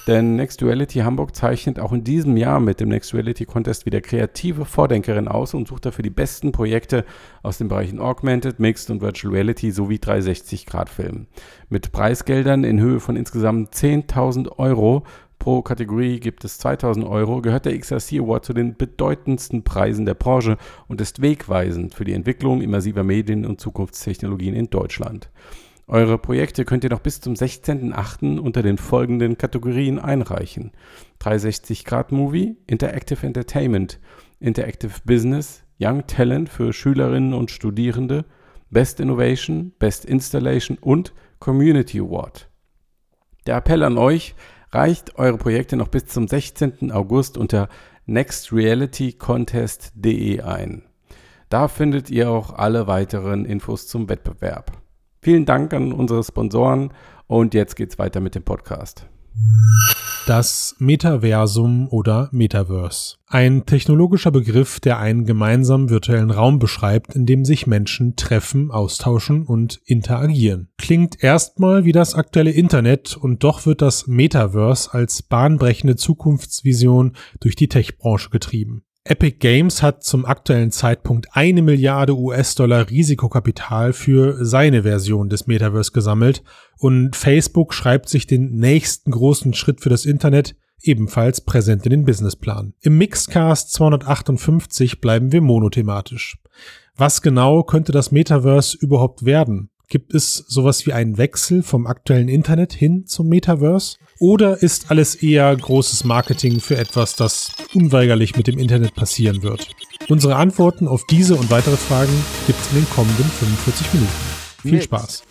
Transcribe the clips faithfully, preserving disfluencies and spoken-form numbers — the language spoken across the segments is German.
Denn Next Duality Hamburg zeichnet auch in diesem Jahr mit dem Next Duality Contest wieder kreative Vordenkerin aus und sucht dafür die besten Projekte aus den Bereichen Augmented, Mixed und Virtual Reality sowie dreihundertsechzig Grad Film. Mit Preisgeldern in Höhe von insgesamt zehntausend Euro pro Kategorie gibt es zweitausend Euro, gehört der X R C Award zu den bedeutendsten Preisen der Branche und ist wegweisend für die Entwicklung immersiver Medien und Zukunftstechnologien in Deutschland. Eure Projekte könnt ihr noch bis zum sechzehnten achten unter den folgenden Kategorien einreichen: dreihundertsechzig Grad Movie, Interactive Entertainment, Interactive Business, Young Talent für Schülerinnen und Studierende, Best Innovation, Best Installation und Community Award. Der Appell an euch: Reicht eure Projekte noch bis zum sechzehnten August unter next reality contest punkt de ein. Da findet ihr auch alle weiteren Infos zum Wettbewerb. Vielen Dank an unsere Sponsoren und jetzt geht's weiter mit dem Podcast. Das Metaversum oder Metaverse. Ein technologischer Begriff, der einen gemeinsamen virtuellen Raum beschreibt, in dem sich Menschen treffen, austauschen und interagieren. Klingt erstmal wie das aktuelle Internet und doch wird das Metaverse als bahnbrechende Zukunftsvision durch die Tech-Branche getrieben. Epic Games hat zum aktuellen Zeitpunkt eine Milliarde U S-Dollar Risikokapital für seine Version des Metaverse gesammelt und Facebook schreibt sich den nächsten großen Schritt für das Internet ebenfalls präsent in den Businessplan. Im Mixcast zweihundertachtundfünfzig bleiben wir monothematisch. Was genau könnte das Metaverse überhaupt werden? Gibt es sowas wie einen Wechsel vom aktuellen Internet hin zum Metaverse? Oder ist alles eher großes Marketing für etwas, das unweigerlich mit dem Internet passieren wird? Unsere Antworten auf diese und weitere Fragen gibt es in den kommenden fünfundvierzig Minuten. Viel Mix. Spaß!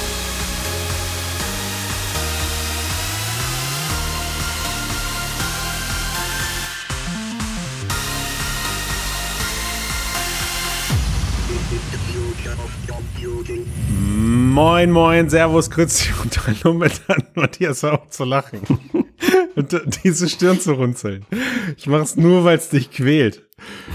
Moin, moin, servus, grüezi und hallo mit Matthias, auch zu lachen und diese Stirn zu runzeln. Ich mache es nur, weil es dich quält.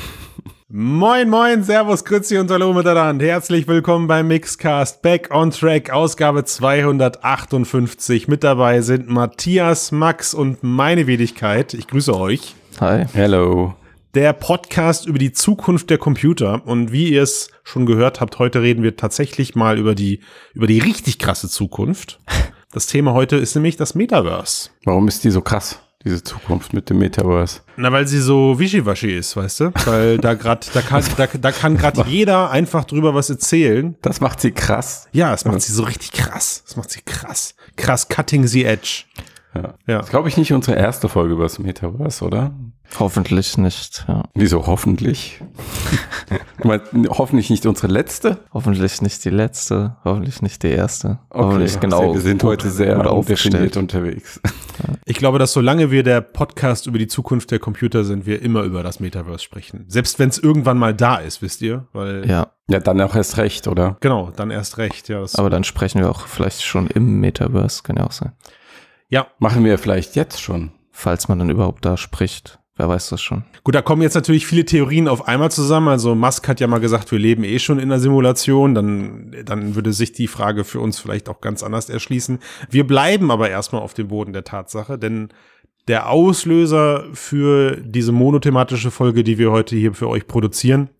Moin, moin, servus, grüezi und hallo miteinander. Herzlich willkommen beim Mixcast, Back on Track, Ausgabe zweihundertachtundfünfzig. Mit dabei sind Matthias, Max und meine Wenigkeit. Ich grüße euch. Hi. Hello. Der Podcast über die Zukunft der Computer. Und wie ihr es schon gehört habt, heute reden wir tatsächlich mal über die, über die richtig krasse Zukunft. Das Thema heute ist nämlich das Metaverse. Warum ist die so krass, diese Zukunft mit dem Metaverse? Na, weil sie so wischiwaschi ist, weißt du? Weil da gerade, da kann, da, da kann gerade jeder einfach drüber was erzählen. Das macht sie krass. Ja, das macht sie so richtig krass. Das macht sie krass. Krass cutting the edge. Ja. ja. Das glaube ich nicht unsere erste Folge über das Metaverse, oder? Hoffentlich nicht, ja. Wieso hoffentlich? Du meinst, hoffentlich nicht unsere letzte? Hoffentlich nicht die letzte, hoffentlich nicht die erste. Okay, hoffentlich genau. Wir sind heute sehr definiert unterwegs. Ja. Ich glaube, dass solange wir der Podcast über die Zukunft der Computer sind, wir immer über das Metaverse sprechen. Selbst wenn es irgendwann mal da ist, wisst ihr? Weil ja. Ja, dann auch erst recht, oder? Genau, dann erst recht, ja. Das Aber dann sprechen wir auch vielleicht schon im Metaverse, kann ja auch sein. Ja. Machen wir vielleicht jetzt schon. Falls man dann überhaupt da spricht. Wer weiß das schon. Gut, da kommen jetzt natürlich viele Theorien auf einmal zusammen. Also Musk hat ja mal gesagt, wir leben eh schon in einer Simulation. Dann, dann würde sich die Frage für uns vielleicht auch ganz anders erschließen. Wir bleiben aber erstmal auf dem Boden der Tatsache, denn der Auslöser für diese monothematische Folge, die wir heute hier für euch produzieren,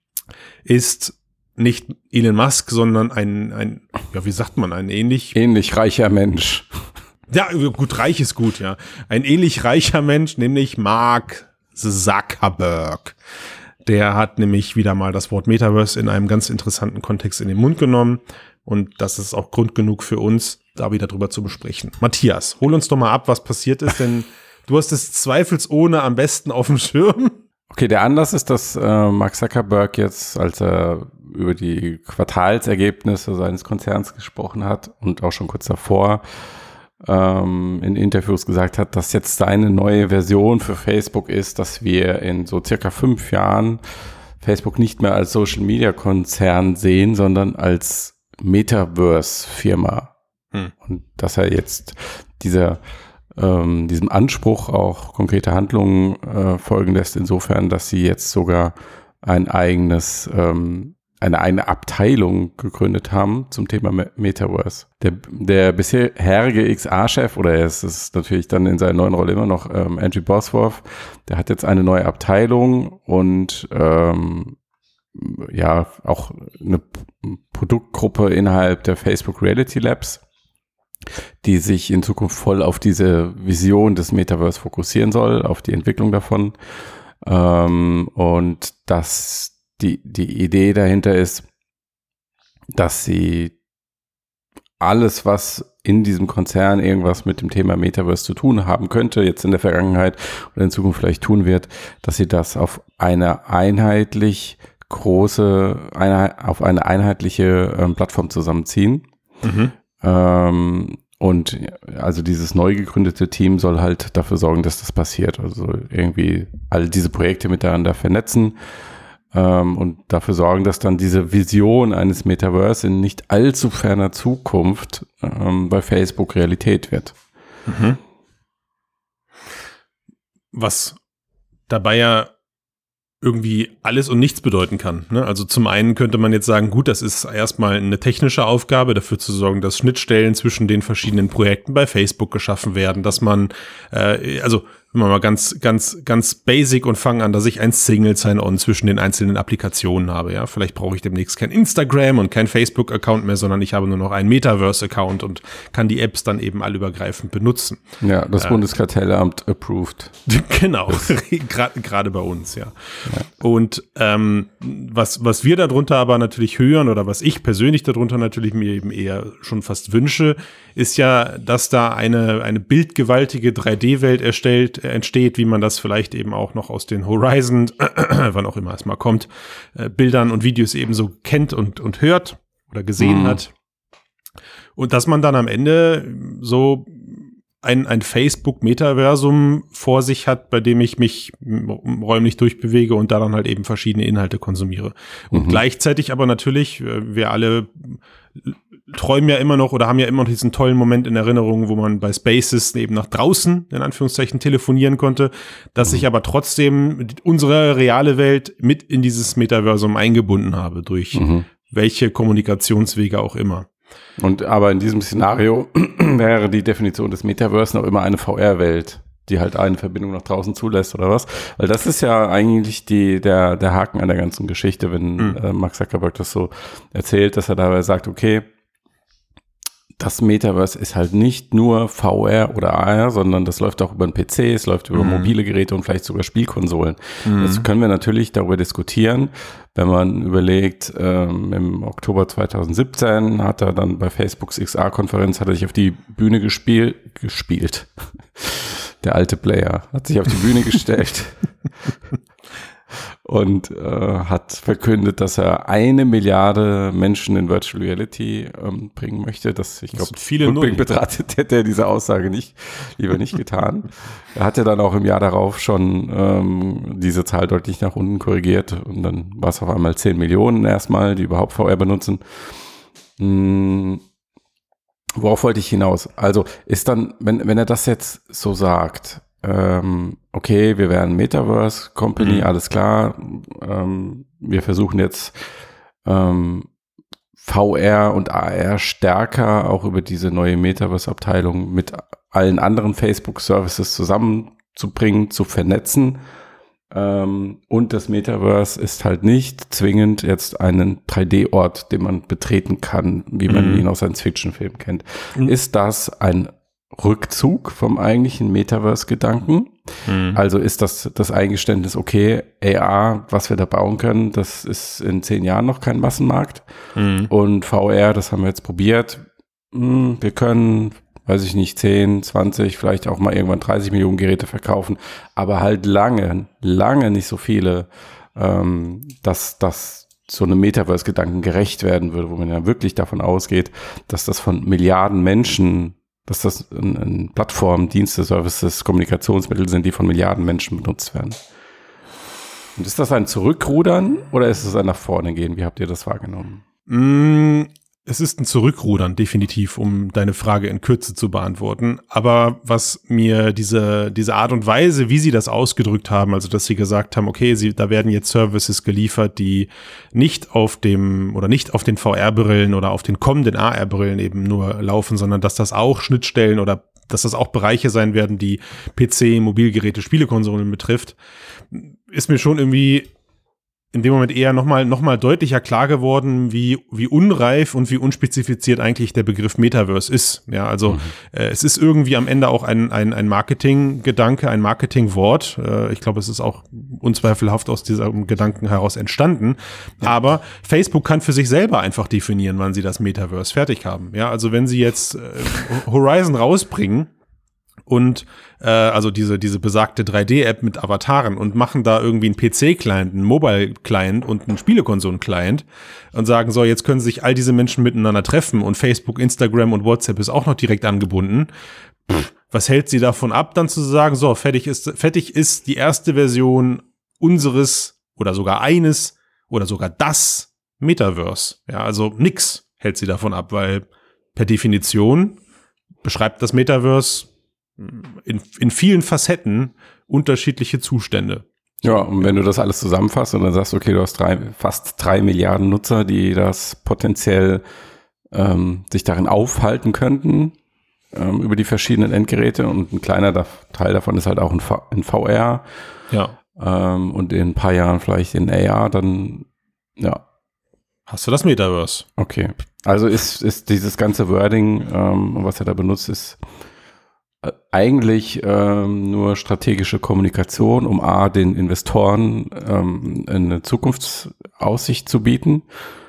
ist nicht Elon Musk, sondern ein, ein, ja, wie sagt man, ein ähnlich... Ähnlich reicher Mensch. Ja, gut, reich ist gut, ja. Ein ähnlich reicher Mensch, nämlich Mark Zuckerberg. Der hat nämlich wieder mal das Wort Metaverse in einem ganz interessanten Kontext in den Mund genommen. Und das ist auch Grund genug für uns, da wieder drüber zu besprechen. Matthias, hol uns doch mal ab, was passiert ist, denn du hast es zweifelsohne am besten auf dem Schirm. Okay, der Anlass ist, dass äh, Mark Zuckerberg jetzt, als er über die Quartalsergebnisse seines Konzerns gesprochen hat und auch schon kurz davor, in Interviews gesagt hat, dass jetzt seine neue Version für Facebook ist, dass wir in so circa fünf Jahren Facebook nicht mehr als Social-Media-Konzern sehen, sondern als Metaverse-Firma. Hm. Und dass er jetzt dieser, ähm, diesem Anspruch auch konkrete Handlungen äh, folgen lässt, insofern, dass sie jetzt sogar ein eigenes, ähm, eine eigene Abteilung gegründet haben zum Thema Metaverse. Der, der bisherige X R-Chef, oder er ist es natürlich dann in seiner neuen Rolle immer noch, ähm, Andrew Bosworth, der hat jetzt eine neue Abteilung und ähm, ja, auch eine Produktgruppe innerhalb der Facebook Reality Labs, die sich in Zukunft voll auf diese Vision des Metaverse fokussieren soll, auf die Entwicklung davon. Ähm, und dass die, die Idee dahinter ist, dass sie alles, was in diesem Konzern irgendwas mit dem Thema Metaverse zu tun haben könnte, jetzt in der Vergangenheit oder in Zukunft vielleicht tun wird, dass sie das auf eine einheitlich große, eine, auf eine einheitliche ähm, Plattform zusammenziehen. Mhm. Ähm, und also dieses neu gegründete Team soll halt dafür sorgen, dass das passiert. Also irgendwie all diese Projekte miteinander vernetzen ähm, und dafür sorgen, dass dann diese Vision eines Metaverse in nicht allzu ferner Zukunft ähm, bei Facebook Realität wird. Mhm. Was dabei ja irgendwie alles und nichts bedeuten kann. Ne? Also zum einen könnte man jetzt sagen, gut, das ist erstmal eine technische Aufgabe, dafür zu sorgen, dass Schnittstellen zwischen den verschiedenen Projekten bei Facebook geschaffen werden, dass man, äh, also wenn wir mal ganz, ganz, ganz basic und fangen an, dass ich ein Single Sign-On zwischen den einzelnen Applikationen habe. Ja, vielleicht brauche ich demnächst kein Instagram und kein Facebook-Account mehr, sondern ich habe nur noch einen Metaverse-Account und kann die Apps dann eben allübergreifend benutzen. Ja, das äh, Bundeskartellamt approved. Genau, gerade gerade bei uns, ja. ja. Und ähm, was was wir darunter aber natürlich hören oder was ich persönlich darunter natürlich mir eben eher schon fast wünsche, ist ja, dass da eine eine bildgewaltige drei D-Welt erstellt entsteht, wie man das vielleicht eben auch noch aus den Horizon, äh, wann auch immer es mal kommt, äh, Bildern und Videos eben so kennt und, und hört oder gesehen mhm. hat. Und dass man dann am Ende so ein, ein Facebook-Metaversum vor sich hat, bei dem ich mich räumlich durchbewege und da dann halt eben verschiedene Inhalte konsumiere. Und mhm. gleichzeitig aber natürlich, wir alle träumen ja immer noch oder haben ja immer noch diesen tollen Moment in Erinnerung, wo man bei Spaces eben nach draußen, in Anführungszeichen, telefonieren konnte, dass mhm. ich aber trotzdem unsere reale Welt mit in dieses Metaversum eingebunden habe, durch mhm. welche Kommunikationswege auch immer. Und aber in diesem Szenario wäre die Definition des Metaverse noch immer eine V R-Welt, die halt eine Verbindung nach draußen zulässt oder was? Weil das ist ja eigentlich die, der, der Haken an der ganzen Geschichte, wenn mhm. äh, Mark Zuckerberg das so erzählt, dass er dabei sagt, okay, das Metaverse ist halt nicht nur V R oder A R, sondern das läuft auch über den P C, es läuft über mhm. mobile Geräte und vielleicht sogar Spielkonsolen. Mhm. Das können wir natürlich darüber diskutieren, wenn man überlegt, ähm, im Oktober zwanzig siebzehn hat er dann bei Facebooks X R-Konferenz, hat er sich auf die Bühne gespiel, gespielt. Der alte Player hat sich auf die Bühne gestellt und äh, hat verkündet, dass er eine Milliarde Menschen in Virtual Reality ähm, bringen möchte. Das, ich glaube, rückblickend betrachtet hätte er diese Aussage nicht, lieber nicht getan. Er hatte dann auch im Jahr darauf schon ähm, diese Zahl deutlich nach unten korrigiert und dann war es auf einmal zehn Millionen erstmal, die überhaupt V R benutzen. Hm, worauf wollte ich hinaus? Also ist dann, wenn, wenn er das jetzt so sagt, ähm, okay, wir wären Metaverse Company, mhm. alles klar. Ähm, wir versuchen jetzt ähm, V R und A R stärker auch über diese neue Metaverse-Abteilung mit allen anderen Facebook-Services zusammenzubringen, zu vernetzen. Ähm, und das Metaverse ist halt nicht zwingend jetzt einen drei D-Ort, den man betreten kann, wie man mhm. ihn aus Science-Fiction-Filmen kennt. Mhm. Ist das ein Rückzug vom eigentlichen Metaverse-Gedanken? Mhm. Also ist das das Eingeständnis, okay, A R, was wir da bauen können, das ist in zehn Jahren noch kein Massenmarkt. Mhm. Und V R, das haben wir jetzt probiert. Hm, wir können, weiß ich nicht, zehn, zwanzig, vielleicht auch mal irgendwann dreißig Millionen Geräte verkaufen, aber halt lange, lange nicht so viele, ähm, dass das so einem Metaverse-Gedanken gerecht werden würde, wo man ja wirklich davon ausgeht, dass das von Milliarden Menschen, dass das ein, ein Plattformen, Dienste, Services, Kommunikationsmittel sind, die von Milliarden Menschen benutzt werden. Und ist das ein Zurückrudern oder ist es ein nach vorne gehen? Wie habt ihr das wahrgenommen? Mm, Es ist ein Zurückrudern, definitiv, um deine Frage in Kürze zu beantworten. Aber was mir diese, diese Art und Weise, wie sie das ausgedrückt haben, also dass sie gesagt haben, okay, sie, da werden jetzt Services geliefert, die nicht auf dem oder nicht auf den V R-Brillen oder auf den kommenden A R-Brillen eben nur laufen, sondern dass das auch Schnittstellen oder dass das auch Bereiche sein werden, die P C, Mobilgeräte, Spielekonsolen betrifft, ist mir schon irgendwie in dem Moment eher nochmal noch mal deutlicher klar geworden, wie wie unreif und wie unspezifiziert eigentlich der Begriff Metaverse ist. Ja, also mhm. äh, es ist irgendwie am Ende auch ein ein, ein Marketing-Gedanke, ein Marketingwort. Äh, ich glaube, es ist auch unzweifelhaft aus diesem Gedanken heraus entstanden. Ja. Aber Facebook kann für sich selber einfach definieren, wann sie das Metaverse fertig haben. Ja, also wenn sie jetzt äh, Horizon rausbringen und äh, also diese diese besagte drei D-App mit Avataren und machen da irgendwie einen P C-Client, einen Mobile-Client und einen Spielekonsolen-Client und sagen, so, jetzt können sich all diese Menschen miteinander treffen und Facebook, Instagram und WhatsApp ist auch noch direkt angebunden. Pff, was hält sie davon ab, dann zu sagen, so, fertig ist, fertig ist die erste Version unseres oder sogar eines oder sogar das Metaverse. Ja, also nix hält sie davon ab, weil per Definition beschreibt das Metaverse In, in vielen Facetten unterschiedliche Zustände. Ja, und wenn du das alles zusammenfasst und dann sagst, okay, du hast drei, fast drei Milliarden Nutzer, die das potenziell ähm, sich darin aufhalten könnten, ähm, über die verschiedenen Endgeräte, und ein kleiner Teil davon ist halt auch in, v- in V R. Ja. Ähm, und in ein paar Jahren vielleicht in A R, dann, ja. Hast du das Metaverse? Okay. Also ist, ist dieses ganze Wording, ähm, was er da benutzt, ist eigentlich ähm, nur strategische Kommunikation, um A, den Investoren ähm, eine Zukunftsaussicht zu bieten,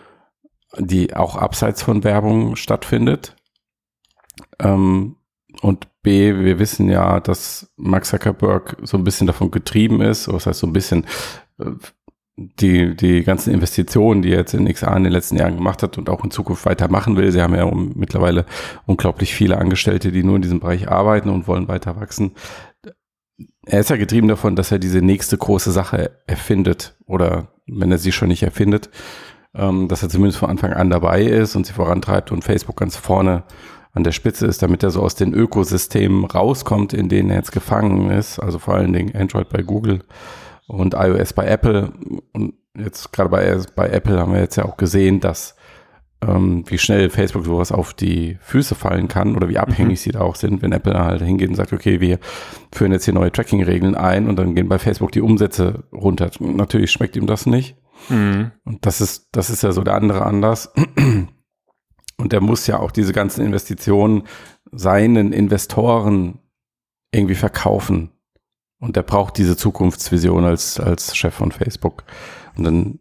die auch abseits von Werbung stattfindet. Ähm, und B, wir wissen ja, dass Mark Zuckerberg so ein bisschen davon getrieben ist, was heißt so ein bisschen äh, die die ganzen Investitionen, die er jetzt in X R in den letzten Jahren gemacht hat und auch in Zukunft weitermachen will. Sie haben ja um, mittlerweile unglaublich viele Angestellte, die nur in diesem Bereich arbeiten und wollen weiter wachsen. Er ist ja getrieben davon, dass er diese nächste große Sache erfindet, oder wenn er sie schon nicht erfindet, ähm, dass er zumindest von Anfang an dabei ist und sie vorantreibt und Facebook ganz vorne an der Spitze ist, damit er so aus den Ökosystemen rauskommt, in denen er jetzt gefangen ist, also vor allen Dingen Android bei Google und iOS bei Apple. Und jetzt gerade bei, bei Apple haben wir jetzt ja auch gesehen, dass ähm, wie schnell Facebook sowas auf die Füße fallen kann oder wie abhängig mhm. sie da auch sind, wenn Apple halt hingeht und sagt, okay, wir führen jetzt hier neue Tracking-Regeln ein und dann gehen bei Facebook die Umsätze runter. Natürlich schmeckt ihm das nicht. Mhm. Und das ist, das ist ja so der andere Anlass. Und der muss ja auch diese ganzen Investitionen seinen Investoren irgendwie verkaufen. Und der braucht diese Zukunftsvision als, als Chef von Facebook. Und dann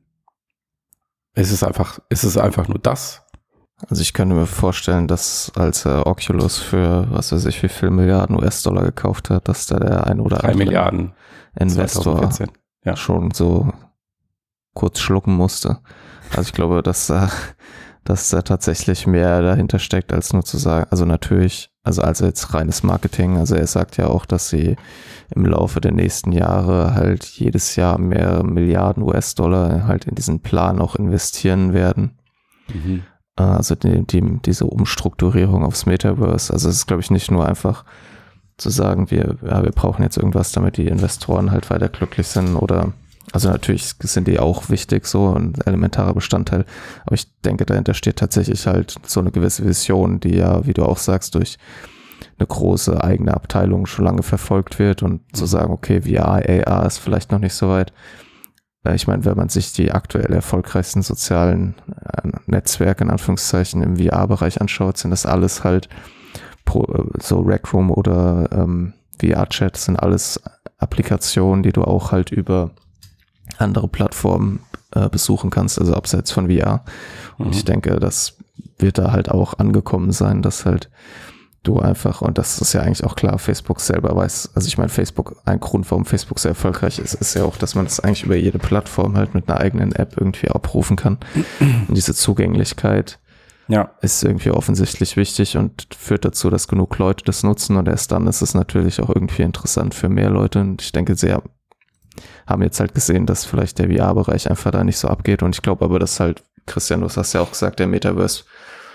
ist es einfach, ist es einfach nur das. Also ich könnte mir vorstellen, dass als er Oculus für, was weiß ich, wie viel Milliarden U S-Dollar gekauft hat, dass da der ein oder andere Milliarden Investor ja. schon so kurz schlucken musste. Also ich glaube, dass da, dass da tatsächlich mehr dahinter steckt, als nur zu sagen, also natürlich, also als jetzt reines Marketing, also er sagt ja auch, dass sie im Laufe der nächsten Jahre halt jedes Jahr mehr Milliarden U S-Dollar halt in diesen Plan auch investieren werden. Mhm. Also die, die, diese Umstrukturierung aufs Metaverse. Also es ist, glaube ich, nicht nur einfach zu sagen, wir, ja, wir brauchen jetzt irgendwas, damit die Investoren halt weiter glücklich sind oder, also natürlich sind die auch wichtig, so ein elementarer Bestandteil, aber ich denke, dahinter steht tatsächlich halt so eine gewisse Vision, die ja, wie du auch sagst, durch eine große eigene Abteilung schon lange verfolgt wird und mhm. zu sagen, okay, V R, A R ist vielleicht noch nicht so weit. Ich meine, wenn man sich die aktuell erfolgreichsten sozialen Netzwerke in Anführungszeichen im V R-Bereich anschaut, sind das alles halt pro, so Rec Room oder ähm, V R-Chat sind alles Applikationen, die du auch halt über andere Plattformen äh, besuchen kannst, also abseits von V R. Und mhm. ich denke, das wird da halt auch angekommen sein, dass halt du einfach, und das ist ja eigentlich auch klar, Facebook selber weiß, also ich meine, Facebook, ein Grund, warum Facebook sehr erfolgreich ist, ist ja auch, dass man das eigentlich über jede Plattform halt mit einer eigenen App irgendwie abrufen kann. Und diese Zugänglichkeit ja. ist irgendwie offensichtlich wichtig und führt dazu, dass genug Leute das nutzen und erst dann ist es natürlich auch irgendwie interessant für mehr Leute und ich denke, sie haben jetzt halt gesehen, dass vielleicht der V R-Bereich einfach da nicht so abgeht und ich glaube aber, dass halt, Christian, du hast ja auch gesagt, der Metaverse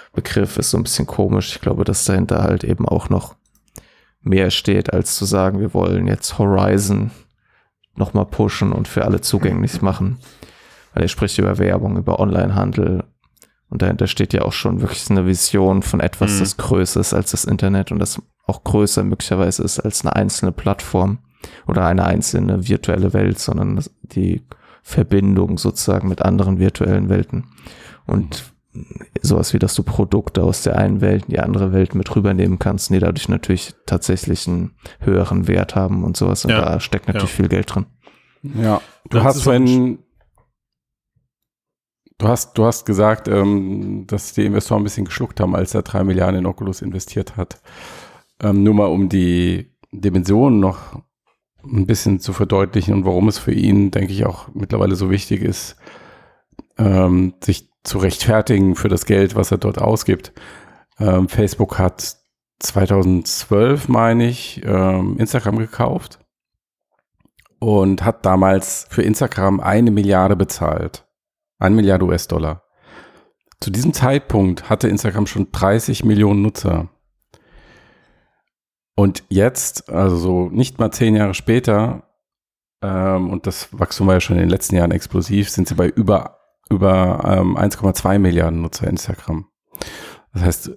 Begriff ist so ein bisschen komisch. Ich glaube, dass dahinter halt eben auch noch mehr steht, als zu sagen, wir wollen jetzt Horizon nochmal pushen und für alle zugänglich machen. Weil er spricht über Werbung, über Onlinehandel und dahinter steht ja auch schon wirklich eine Vision von etwas, mhm. das größer ist als das Internet und das auch größer möglicherweise ist als eine einzelne Plattform oder eine einzelne virtuelle Welt, sondern die Verbindung sozusagen mit anderen virtuellen Welten. Und sowas wie, dass du Produkte aus der einen Welt in die andere Welt mit rübernehmen kannst, die dadurch natürlich tatsächlich einen höheren Wert haben und sowas. Und ja. da steckt natürlich ja. viel Geld drin. Ja, du hast vorhin, du hast, du hast gesagt, ähm, dass die Investoren ein bisschen geschluckt haben, als er drei Milliarden in Oculus investiert hat. Ähm, nur mal um die Dimensionen noch ein bisschen zu verdeutlichen und warum es für ihn, denke ich, auch mittlerweile so wichtig ist, ähm, sich zu rechtfertigen für das Geld, was er dort ausgibt. Ähm, Facebook hat zweitausendzwölf, meine ich, ähm, Instagram gekauft und hat damals für Instagram eine Milliarde bezahlt. Eine Milliarde U S-Dollar. Zu diesem Zeitpunkt hatte Instagram schon dreißig Millionen Nutzer. Und jetzt, also so nicht mal zehn Jahre später, ähm, und das Wachstum war ja schon in den letzten Jahren explosiv, sind sie bei über über ähm, eins Komma zwei Milliarden Nutzer Instagram. Das heißt,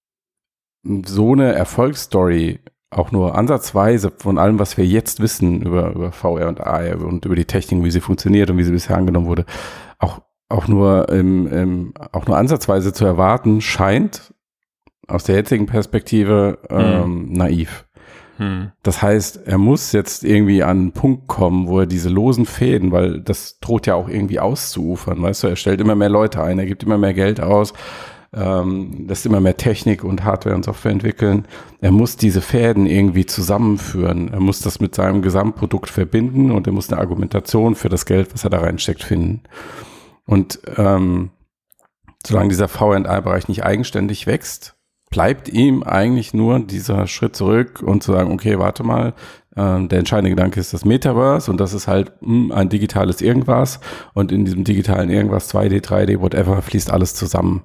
so eine Erfolgsstory, auch nur ansatzweise von allem, was wir jetzt wissen über, über V R und A R und über die Technik, wie sie funktioniert und wie sie bisher angenommen wurde, auch, auch, nur, im, im, auch nur ansatzweise zu erwarten, scheint aus der jetzigen Perspektive ähm, hm. naiv. Hm. Das heißt, er muss jetzt irgendwie an einen Punkt kommen, wo er diese losen Fäden, weil das droht ja auch irgendwie auszuufern, weißt du, er stellt immer mehr Leute ein, er gibt immer mehr Geld aus, ähm, lässt immer mehr Technik und Hardware und Software entwickeln. Er muss diese Fäden irgendwie zusammenführen, er muss das mit seinem Gesamtprodukt verbinden und er muss eine Argumentation für das Geld, was er da reinsteckt, finden. Und ähm, solange dieser V R A-Bereich nicht eigenständig wächst, bleibt ihm eigentlich nur dieser Schritt zurück und zu sagen, okay, warte mal, äh, der entscheidende Gedanke ist das Metaverse und das ist halt mh, ein digitales Irgendwas und in diesem digitalen Irgendwas, zwei D, drei D, whatever, fließt alles zusammen.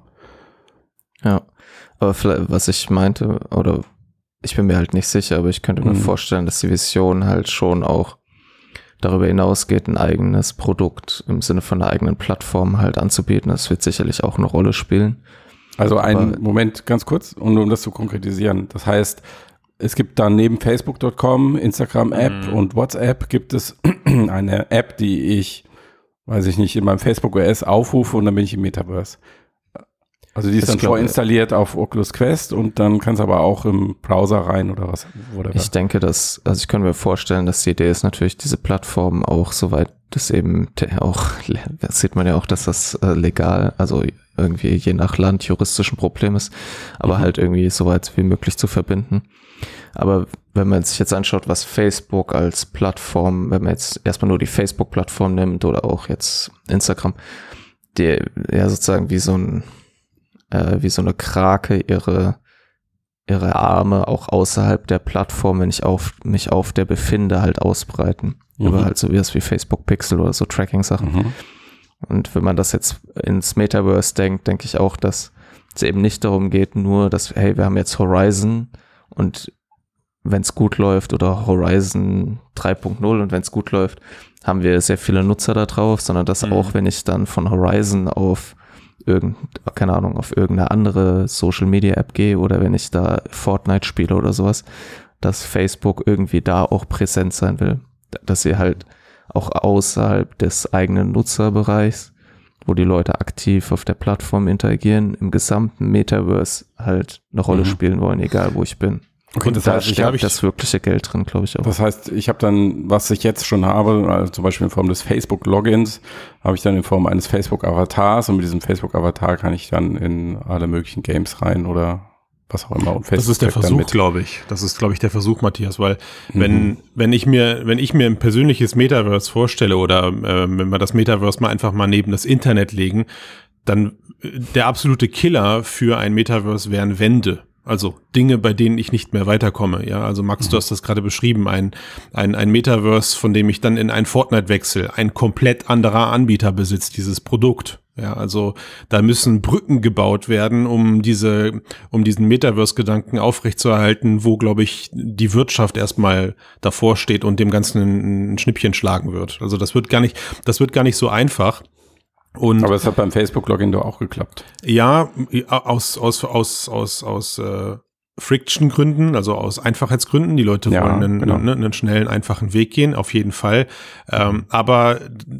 Ja, aber vielleicht, was ich meinte, oder ich bin mir halt nicht sicher, aber ich könnte mir mhm. vorstellen, dass die Vision halt schon auch darüber hinausgeht, ein eigenes Produkt im Sinne von einer eigenen Plattform halt anzubieten. Das wird sicherlich auch eine Rolle spielen. Also ein Moment, ganz kurz, um, um das zu konkretisieren. Das heißt, es gibt dann neben Facebook Punkt com, Instagram-App mhm. und WhatsApp gibt es eine App, die ich, weiß ich nicht, in meinem Facebook O S aufrufe und dann bin ich im Metaverse. Also die ist das dann vorinstalliert auf Oculus Quest und dann kannst du aber auch im Browser rein oder was. Whatever. Ich denke, dass, also ich kann mir vorstellen, dass die Idee ist natürlich, diese Plattform auch, soweit das eben auch, das sieht man ja auch, dass das äh, legal, also irgendwie je nach Land juristischen Problem ist, aber mhm. halt irgendwie so weit wie möglich zu verbinden. Aber wenn man sich jetzt anschaut, was Facebook als Plattform, wenn man jetzt erstmal nur die Facebook-Plattform nimmt oder auch jetzt Instagram, die ja sozusagen wie so ein äh, wie so eine Krake ihre ihre Arme auch außerhalb der Plattform, wenn ich auf mich auf der befinde, halt ausbreiten. Mhm. Über halt so wie das wie Facebook Pixel oder so Tracking-Sachen. Mhm. Und wenn man das jetzt ins Metaverse denkt, denke ich auch, dass es eben nicht darum geht, nur, dass, hey, wir haben jetzt Horizon und wenn es gut läuft oder Horizon drei Punkt null und wenn es gut läuft, haben wir sehr viele Nutzer da drauf, sondern dass mhm. auch, wenn ich dann von Horizon auf irgend, keine Ahnung, auf irgendeine andere Social-Media-App gehe oder wenn ich da Fortnite spiele oder sowas, dass Facebook irgendwie da auch präsent sein will. Dass sie halt auch außerhalb des eigenen Nutzerbereichs, wo die Leute aktiv auf der Plattform interagieren, im gesamten Metaverse halt eine Rolle mhm. spielen wollen, egal wo ich bin. Okay, und das da heißt, steckt ich hab ich, das wirkliche Geld drin, glaube ich auch. Das heißt, ich habe dann, was ich jetzt schon habe, also zum Beispiel in Form des Facebook-Logins, habe ich dann in Form eines Facebook-Avatars und mit diesem Facebook-Avatar kann ich dann in alle möglichen Games rein oder was auch immer. Und das ist der Versuch, glaube ich. Das ist, glaube ich, der Versuch, Matthias, weil mhm. wenn wenn ich mir wenn ich mir ein persönliches Metaverse vorstelle oder äh, wenn wir das Metaverse mal einfach mal neben das Internet legen, dann der absolute Killer für ein Metaverse wären Wände. Also Dinge, bei denen ich nicht mehr weiterkomme. Ja, also Max, mhm. du hast das gerade beschrieben, ein, ein, ein Metaverse, von dem ich dann in ein Fortnite wechsle, ein komplett anderer Anbieter besitzt dieses Produkt. Ja, also da müssen Brücken gebaut werden, um diese, um diesen Metaverse-Gedanken aufrechtzuerhalten, wo, glaube ich, die Wirtschaft erstmal davor steht und dem Ganzen ein Schnippchen schlagen wird. Also das wird gar nicht, das wird gar nicht so einfach. Und aber es hat beim Facebook-Login doch auch geklappt. Ja, aus, aus, aus, aus, aus äh, Friction-Gründen, also aus Einfachheitsgründen. Die Leute Ja, wollen einen, genau. ne, einen schnellen, einfachen Weg gehen, auf jeden Fall. Ähm, aber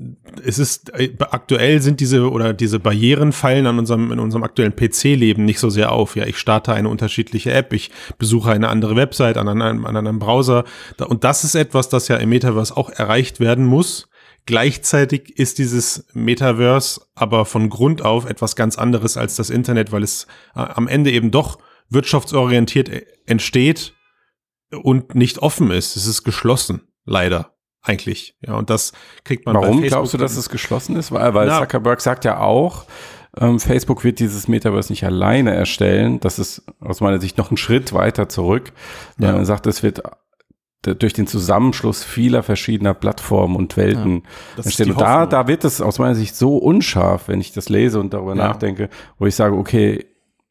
es ist, äh, aktuell sind diese oder diese Barrieren fallen an unserem, in unserem aktuellen P C-Leben nicht so sehr auf. Ja, ich starte eine unterschiedliche App, ich besuche eine andere Website an einem, an einem Browser. Und das ist etwas, das ja im Metaverse auch erreicht werden muss. Gleichzeitig ist dieses Metaverse aber von Grund auf etwas ganz anderes als das Internet, weil es äh, am Ende eben doch wirtschaftsorientiert entsteht und nicht offen ist. Es ist geschlossen, leider, eigentlich. Ja, und das kriegt man Warum bei Facebook. glaubst du, dass es geschlossen ist? Weil, weil Na, Zuckerberg sagt ja auch, ähm, Facebook wird dieses Metaverse nicht alleine erstellen. Das ist aus meiner Sicht noch ein Schritt weiter zurück. Ja. Er sagt, es wird durch den Zusammenschluss vieler verschiedener Plattformen und Welten das ist entstehen. die Und da, Hoffnung. da wird es aus meiner Sicht so unscharf, wenn ich das lese und darüber Ja. nachdenke, wo ich sage, okay,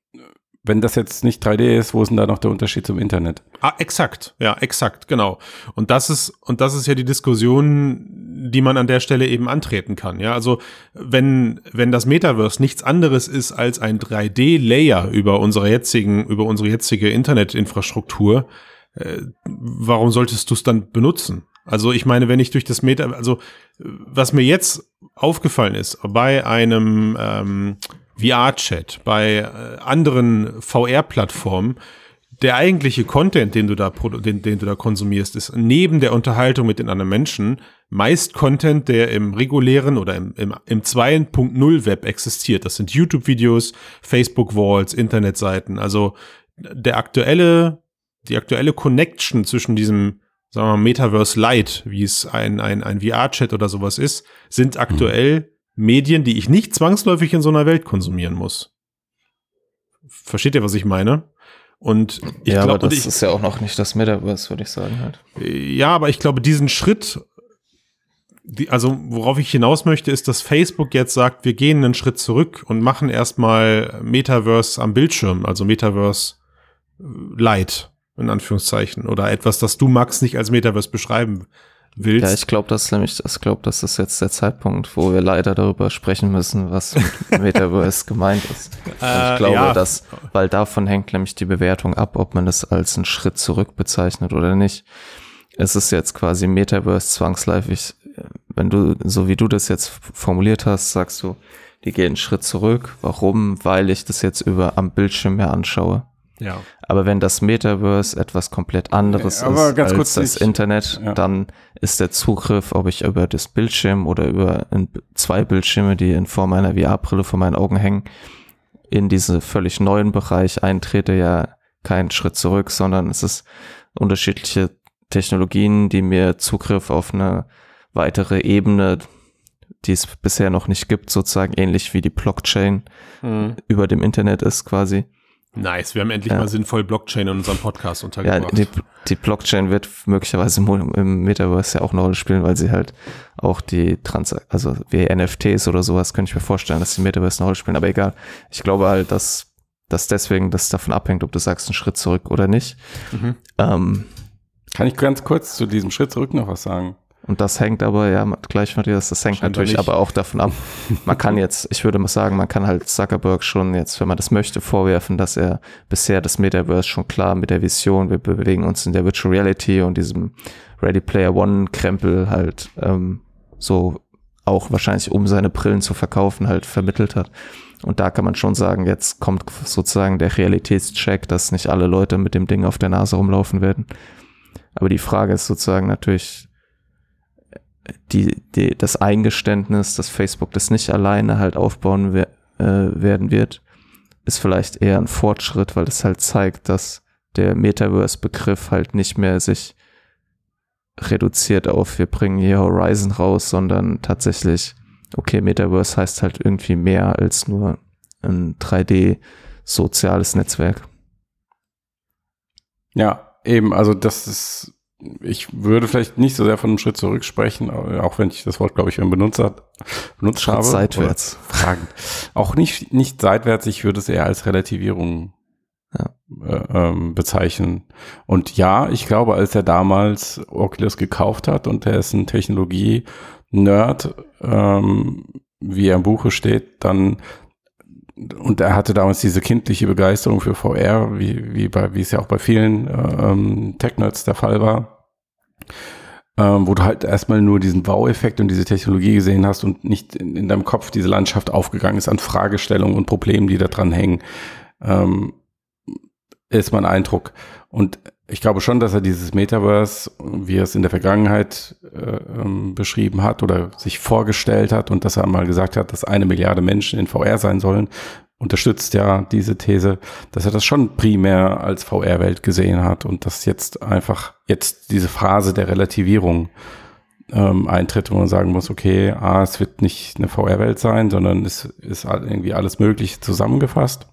wenn das jetzt nicht drei D ist, wo ist denn da noch der Unterschied zum Internet? Ah, exakt, ja, exakt, genau. Und das ist, und das ist ja die Diskussion, die man an der Stelle eben antreten kann. Ja, also wenn, wenn das Metaverse nichts anderes ist als ein drei D-Layer über unsere jetzigen, über unsere jetzige Internetinfrastruktur, äh, warum solltest du es dann benutzen? Also ich meine, wenn ich durch das Meta, also was mir jetzt aufgefallen ist, bei einem ähm, V R-Chat, bei äh, anderen V R-Plattformen, der eigentliche Content, den du da produ- den, den du da konsumierst, ist neben der Unterhaltung mit den anderen Menschen meist Content, der im regulären oder im, im, im zwei Punkt null Web existiert. Das sind YouTube-Videos, Facebook-Walls, Internetseiten. Also der aktuelle, die aktuelle Connection zwischen diesem, sagen wir mal, Metaverse Lite, wie es ein, ein, ein V R-Chat oder sowas ist, sind aktuell mhm. Medien, die ich nicht zwangsläufig in so einer Welt konsumieren muss. Versteht ihr, was ich meine? Und ich ja, glaube, aber das ich, ist ja auch noch nicht das Metaverse, würde ich sagen halt. Ja, aber ich glaube, diesen Schritt, die, also worauf ich hinaus möchte, ist, dass Facebook jetzt sagt, wir gehen einen Schritt zurück und machen erstmal Metaverse am Bildschirm, also Metaverse Lite, in Anführungszeichen, oder etwas, das du, Max, nicht als Metaverse beschreiben willst. Ja, ich glaube, das ist nämlich, ich glaube, das ist jetzt der Zeitpunkt, wo wir leider darüber sprechen müssen, was mit Metaverse gemeint ist. Und ich glaube, ja. dass, weil davon hängt nämlich die Bewertung ab, ob man das als einen Schritt zurück bezeichnet oder nicht. Es ist jetzt quasi Metaverse zwangsläufig, wenn du, so wie du das jetzt formuliert hast, sagst du, die gehen einen Schritt zurück. Warum? Weil ich das jetzt über am Bildschirm mehr anschaue. Ja. Aber wenn das Metaverse etwas komplett anderes Ja, aber ist ganz als kurz das nicht- Internet, ja. dann ist der Zugriff, ob ich über das Bildschirm oder über ein, zwei Bildschirme, die in Form einer V R-Brille vor meinen Augen hängen, in diese völlig neuen Bereich eintrete, ja kein Schritt zurück, sondern es ist unterschiedliche Technologien, die mir Zugriff auf eine weitere Ebene, die es bisher noch nicht gibt, sozusagen ähnlich wie die Blockchain Mhm. über dem Internet ist quasi. Nice, wir haben endlich Ja. mal sinnvoll Blockchain in unserem Podcast Ja, untergebracht. die, die Blockchain wird möglicherweise im, im Metaverse ja auch eine Rolle spielen, weil sie halt auch die Trans, also wie N F Ts oder sowas, könnte ich mir vorstellen, dass die Metaverse eine Rolle spielen, aber egal. Ich glaube halt, dass, dass deswegen das davon abhängt, ob du sagst einen Schritt zurück oder nicht. Mhm. Ähm, Kann ich ganz kurz zu diesem Schritt zurück noch was sagen? Und das hängt aber, ja, gleich Matthias, das hängt Scheinbar natürlich nicht. aber auch davon ab. Man kann jetzt, ich würde mal sagen, man kann halt Zuckerberg schon jetzt, wenn man das möchte, vorwerfen, dass er bisher das Metaverse schon klar mit der Vision, wir bewegen uns in der Virtual Reality und diesem Ready Player One Krempel halt ähm, so auch wahrscheinlich, um seine Brillen zu verkaufen, halt vermittelt hat. Und da kann man schon sagen, jetzt kommt sozusagen der Realitätscheck, dass nicht alle Leute mit dem Ding auf der Nase rumlaufen werden. Aber die Frage ist sozusagen natürlich, Die, die, das Eingeständnis, dass Facebook das nicht alleine halt aufbauen we- äh, werden wird, ist vielleicht eher ein Fortschritt, weil es halt zeigt, dass der Metaverse-Begriff halt nicht mehr sich reduziert auf, wir bringen hier Horizon raus, sondern tatsächlich, okay, Metaverse heißt halt irgendwie mehr als nur ein drei D-soziales Netzwerk. Ja, eben, also das ist, ich würde vielleicht nicht so sehr von einem Schritt zurück sprechen, auch wenn ich das Wort, glaube ich, benutzt, hat, benutzt Schritt habe. Seitwärts. Fragen. Auch nicht, nicht seitwärts, ich würde es eher als Relativierung ja. äh, ähm, bezeichnen. Und ja, ich glaube, als er damals Oculus gekauft hat und er ist ein Technologie-Nerd, ähm, wie er im Buche steht, dann und er hatte damals diese kindliche Begeisterung für V R, wie, wie, bei, wie es ja auch bei vielen ähm, Tech-Nerds der Fall war, ähm, wo du halt erstmal nur diesen Wow-Effekt und diese Technologie gesehen hast und nicht in, in deinem Kopf diese Landschaft aufgegangen ist an Fragestellungen und Problemen, die da dran hängen, ähm, ist mein Eindruck. Und ich glaube schon, dass er dieses Metaverse, wie er es in der Vergangenheit äh, ähm, beschrieben hat oder sich vorgestellt hat und dass er mal gesagt hat, dass eine Milliarde Menschen in V R sein sollen, unterstützt ja diese These, dass er das schon primär als V R-Welt gesehen hat und dass jetzt einfach jetzt diese Phase der Relativierung ähm, eintritt, wo man sagen muss, okay, A, es wird nicht eine V R-Welt sein, sondern es ist irgendwie alles Mögliche zusammengefasst.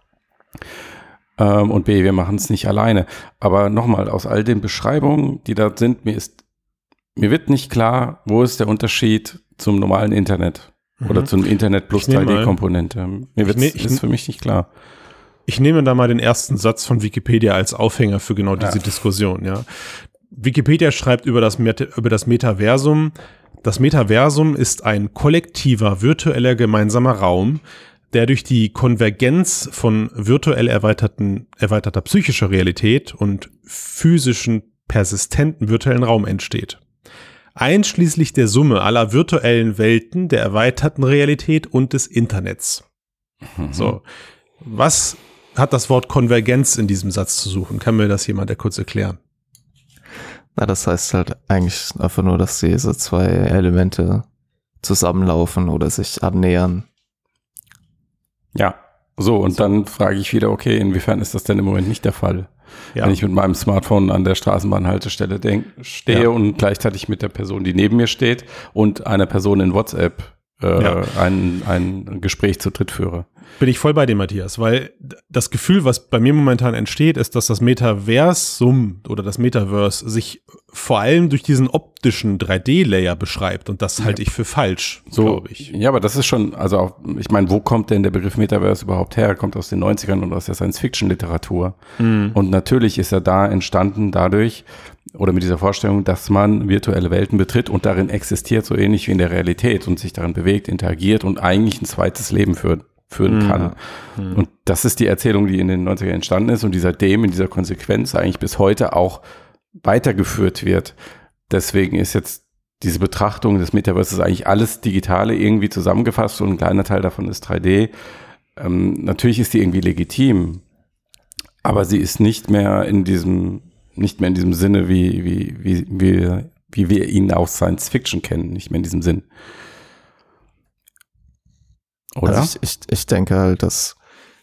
Und B, wir machen es nicht alleine. Aber nochmal, aus all den Beschreibungen, die da sind, mir ist, mir wird nicht klar, wo ist der Unterschied zum normalen Internet mhm. oder zum Internet plus drei D-Komponente. Mir wird es ist für mich nicht klar. Ich nehme da mal den ersten Satz von Wikipedia als Aufhänger für genau diese ja. Diskussion. Ja. Wikipedia schreibt über das, über das Metaversum. Das Metaversum ist ein kollektiver, virtueller gemeinsamer Raum, der durch die Konvergenz von virtuell erweiterten, erweiterter psychischer Realität und physischen, persistenten virtuellen Raum entsteht. Einschließlich der Summe aller virtuellen Welten, der erweiterten Realität und des Internets. Mhm. So. Was hat das Wort Konvergenz in diesem Satz zu suchen? Kann mir das jemand der kurz erklären? Na, das heißt halt eigentlich einfach nur, dass diese zwei Elemente zusammenlaufen oder sich annähern. Ja, so und so. Dann frage ich wieder, okay, inwiefern ist das denn im Moment nicht der Fall? Ja. Wenn ich mit meinem Smartphone an der Straßenbahnhaltestelle denk, stehe ja. und gleichzeitig mit der Person, die neben mir steht und einer Person in WhatsApp äh, ja. ein, ein Gespräch zu dritt führe. Bin ich voll bei dir, Matthias, weil das Gefühl, was bei mir momentan entsteht, ist, dass das Metaversum oder das Metaverse sich vor allem durch diesen optischen drei D-Layer beschreibt und das halte ja. ich für falsch, so, glaube ich. Ja, aber das ist schon, also auch, ich meine, wo kommt denn der Begriff Metaverse überhaupt her? Er kommt aus den neunzigern und aus der Science-Fiction-Literatur. Mhm. Und natürlich ist er da entstanden dadurch, oder mit dieser Vorstellung, dass man virtuelle Welten betritt und darin existiert, so ähnlich wie in der Realität und sich darin bewegt, interagiert und eigentlich ein zweites Leben führt. führen kann. Mhm. Und das ist die Erzählung, die in den neunzigern entstanden ist und die seitdem in dieser Konsequenz eigentlich bis heute auch weitergeführt wird. Deswegen ist jetzt diese Betrachtung des Metaverses eigentlich alles Digitale irgendwie zusammengefasst und ein kleiner Teil davon ist drei D. Ähm, natürlich ist die irgendwie legitim, aber sie ist nicht mehr in diesem, nicht mehr in diesem Sinne, wie, wie, wie, wie, wie wir ihn aus Science Fiction kennen, nicht mehr in diesem Sinn. Oder? Also ich, ich, ich denke halt, dass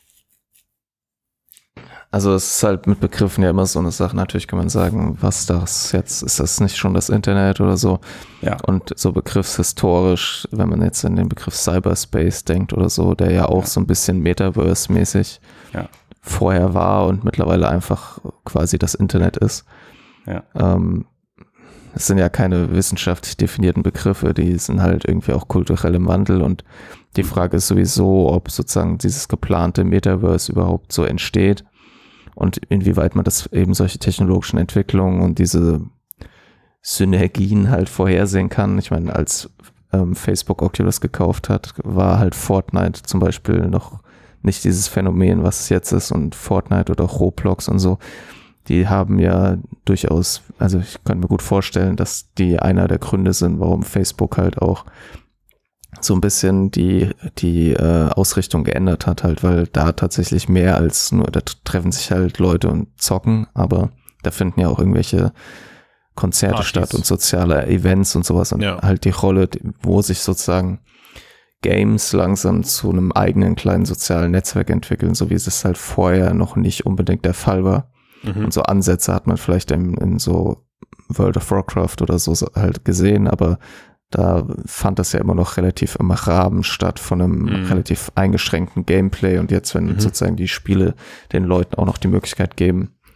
also es ist halt mit Begriffen ja immer so eine Sache. Natürlich kann man sagen, was das jetzt, ist das nicht schon das Internet oder so? Ja. Und so begriffshistorisch, wenn man jetzt in den Begriff Cyberspace denkt oder so, der ja auch ja. so ein bisschen Metaverse-mäßig ja. vorher war und mittlerweile einfach quasi das Internet ist. Ja. Ähm, es sind ja keine wissenschaftlich definierten Begriffe, die sind halt irgendwie auch kulturell im Wandel und die Frage ist sowieso, ob sozusagen dieses geplante Metaverse überhaupt so entsteht und inwieweit man das eben solche technologischen Entwicklungen und diese Synergien halt vorhersehen kann. Ich meine, als ähm, Facebook Oculus gekauft hat, war halt Fortnite zum Beispiel noch nicht dieses Phänomen, was es jetzt ist und Fortnite oder auch Roblox und so. Die haben ja durchaus, also ich könnte mir gut vorstellen, dass die einer der Gründe sind, warum Facebook halt auch so ein bisschen die die äh, Ausrichtung geändert hat, halt, weil da tatsächlich mehr als nur, da treffen sich halt Leute und zocken, aber da finden ja auch irgendwelche Konzerte Partys statt und soziale Events und sowas und ja. halt die Rolle, wo sich sozusagen Games langsam zu einem eigenen kleinen sozialen Netzwerk entwickeln, so wie es halt vorher noch nicht unbedingt der Fall war. Mhm. Und so Ansätze hat man vielleicht in, in so World of Warcraft oder so halt gesehen, aber da fand das ja immer noch relativ im Rahmen statt von einem mhm. relativ eingeschränkten Gameplay und jetzt, wenn mhm. sozusagen die Spiele den Leuten auch noch die Möglichkeit geben,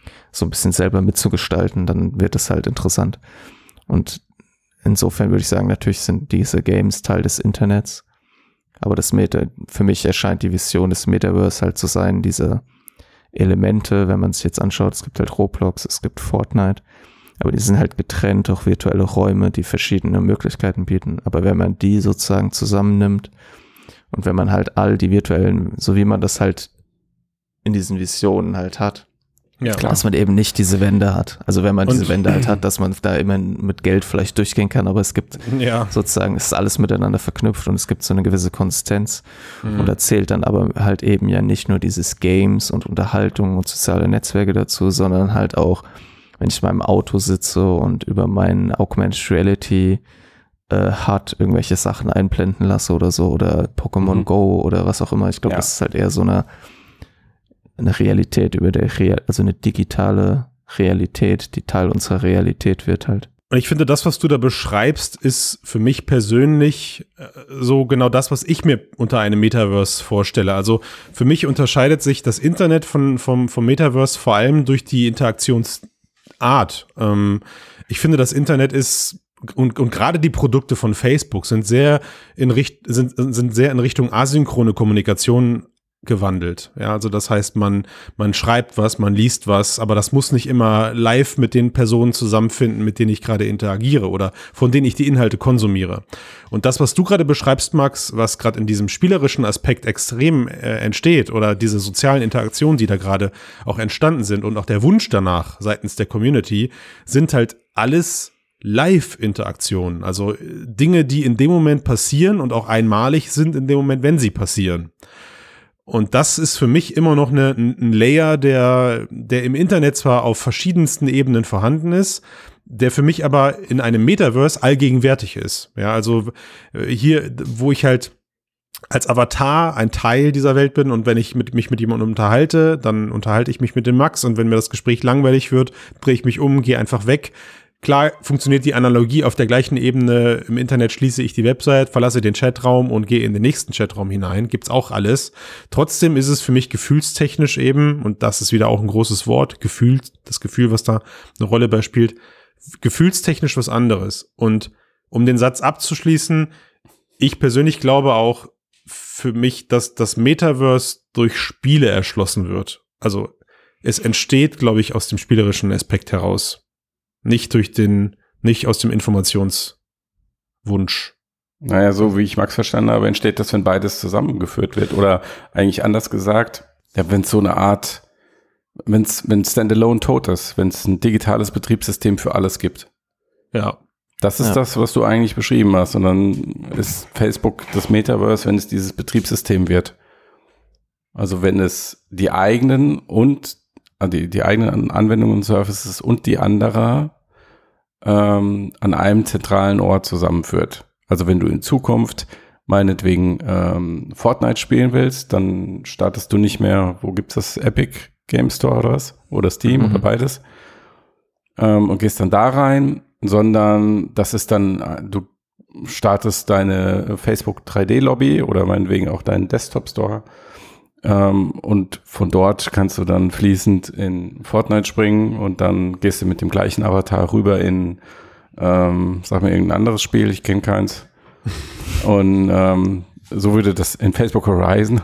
so ein bisschen selber mitzugestalten, dann wird es halt interessant. Und insofern würde ich sagen, natürlich sind diese Games Teil des Internets, aber das Meta, für mich erscheint die Vision des Metaverse halt zu sein, diese Elemente, wenn man sich jetzt anschaut, es gibt halt Roblox, es gibt Fortnite, aber die sind halt getrennt, auch virtuelle Räume, die verschiedene Möglichkeiten bieten. Aber wenn man die sozusagen zusammennimmt und wenn man halt all die virtuellen, so wie man das halt in diesen Visionen halt hat, Ja, klar, dass man eben nicht diese Wände hat. Also wenn man Und- diese Wände halt hat, dass man da immer mit Geld vielleicht durchgehen kann, aber es gibt ja. sozusagen, es ist alles miteinander verknüpft und es gibt so eine gewisse Konsistenz. Mhm. Und da zählt dann aber halt eben ja nicht nur dieses Games und Unterhaltung und soziale Netzwerke dazu, sondern halt auch, wenn ich in meinem Auto sitze und über meinen Augmented Reality äh, H U D irgendwelche Sachen einblenden lasse oder so oder Pokémon Mhm. Go oder was auch immer. Ich glaube, Ja. das ist halt eher so eine eine Realität über der Real, also eine digitale Realität, die Teil unserer Realität wird halt. Und ich finde, das, was du da beschreibst, ist für mich persönlich äh, so genau das, was ich mir unter einem Metaverse vorstelle. Also für mich unterscheidet sich das Internet von, vom, vom Metaverse vor allem durch die Interaktionsart. Ähm, ich finde, das Internet ist und, und gerade die Produkte von Facebook sind sehr in Richt, sind, sind sehr in Richtung asynchrone Kommunikation gewandelt. Ja, also das heißt, man, man schreibt was, man liest was, aber das muss nicht immer live mit den Personen zusammenfinden, mit denen ich gerade interagiere oder von denen ich die Inhalte konsumiere. Und das, was du gerade beschreibst, Max, was gerade in diesem spielerischen Aspekt extrem äh, entsteht oder diese sozialen Interaktionen, die da gerade auch entstanden sind und auch der Wunsch danach seitens der Community, sind halt alles Live-Interaktionen, also Dinge, die in dem Moment passieren und auch einmalig sind in dem Moment, wenn sie passieren. Und das ist für mich immer noch eine, ein Layer, der, der im Internet zwar auf verschiedensten Ebenen vorhanden ist, der für mich aber in einem Metaverse allgegenwärtig ist. Ja, also hier, wo ich halt als Avatar ein Teil dieser Welt bin und wenn ich mit, mich mit jemandem unterhalte, dann unterhalte ich mich mit dem Max und wenn mir das Gespräch langweilig wird, drehe ich mich um, gehe einfach weg. Klar funktioniert die Analogie auf der gleichen Ebene. Im Internet schließe ich die Website, verlasse den Chatraum und gehe in den nächsten Chatraum hinein. Gibt's auch alles. Trotzdem ist es für mich gefühlstechnisch eben, und das ist wieder auch ein großes Wort, Gefühl, das Gefühl, was da eine Rolle bei spielt, gefühlstechnisch was anderes. Und um den Satz abzuschließen, ich persönlich glaube auch für mich, dass das Metaverse durch Spiele erschlossen wird. Also es entsteht, glaube ich, aus dem spielerischen Aspekt heraus. Nicht durch den, nicht aus dem Informationswunsch. Naja, so wie ich Max verstanden habe, entsteht das, wenn beides zusammengeführt wird. Oder eigentlich anders gesagt, ja, wenn es so eine Art, wenn es wenn Standalone tot ist, wenn es ein digitales Betriebssystem für alles gibt. Ja. Das ist Ja. das, was du eigentlich beschrieben hast. Und dann ist Facebook das Metaverse, wenn es dieses Betriebssystem wird. Also wenn es die eigenen und die, die eigenen Anwendungen und Services und die anderer ähm, an einem zentralen Ort zusammenführt. Also wenn du in Zukunft meinetwegen ähm, Fortnite spielen willst, dann startest du nicht mehr, wo gibt's das, Epic Game Store oder was? Oder Steam Mhm. oder beides. Ähm, und gehst dann da rein, sondern das ist dann, du startest deine Facebook drei D Lobby oder meinetwegen auch deinen Desktop Store. Ähm, und von dort kannst du dann fließend in Fortnite springen und dann gehst du mit dem gleichen Avatar rüber in, ähm, sag mal, irgendein anderes Spiel, ich kenne keins. Und ähm, so würde das in Facebook Horizon,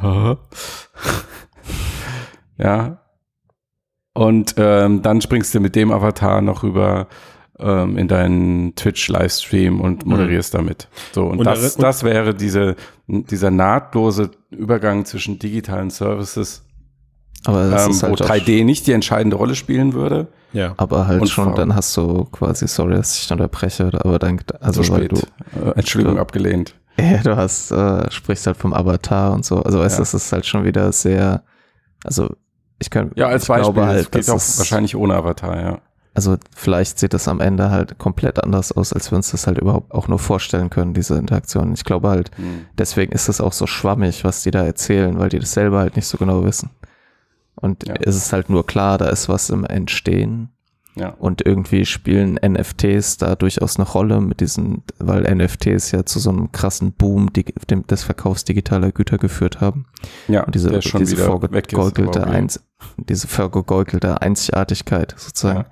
ja. Und ähm, dann springst du mit dem Avatar noch rüber ähm, in deinen Twitch-Livestream und moderierst mhm. damit. So, und, Und das, da- das wäre diese, dieser nahtlose Übergang zwischen digitalen Services, Aber das ähm, ist wo halt auch- drei D nicht die entscheidende Rolle spielen würde. Ja. aber halt Und schon, Farben. dann hast du quasi, sorry, dass ich unterbreche, aber dann, also So weil spät. du, Äh, Entschuldigung, Ja. abgelehnt. ja, du hast, äh, sprichst halt vom Avatar und so, also weißt du, Ja. das ist halt schon wieder sehr, also ich kann, Ja, als ich Beispiel, glaube das halt, geht dass auch es, wahrscheinlich ohne Avatar, ja. also vielleicht sieht das am Ende halt komplett anders aus, als wir uns das halt überhaupt auch nur vorstellen können, diese Interaktion. Ich glaube halt, Hm. deswegen ist es auch so schwammig, was die da erzählen, weil die das selber halt nicht so genau wissen. Und Ja. es ist halt nur klar, da ist was im Entstehen. Ja. Und irgendwie spielen N F Ts da durchaus eine Rolle mit diesen, weil N F Ts ja zu so einem krassen Boom dig- dem, des Verkaufs digitaler Güter geführt haben. Ja, und diese, der schon diese wieder vorgegeukelte, weg ist, Einz- diese vorgegeukelte Einzigartigkeit sozusagen.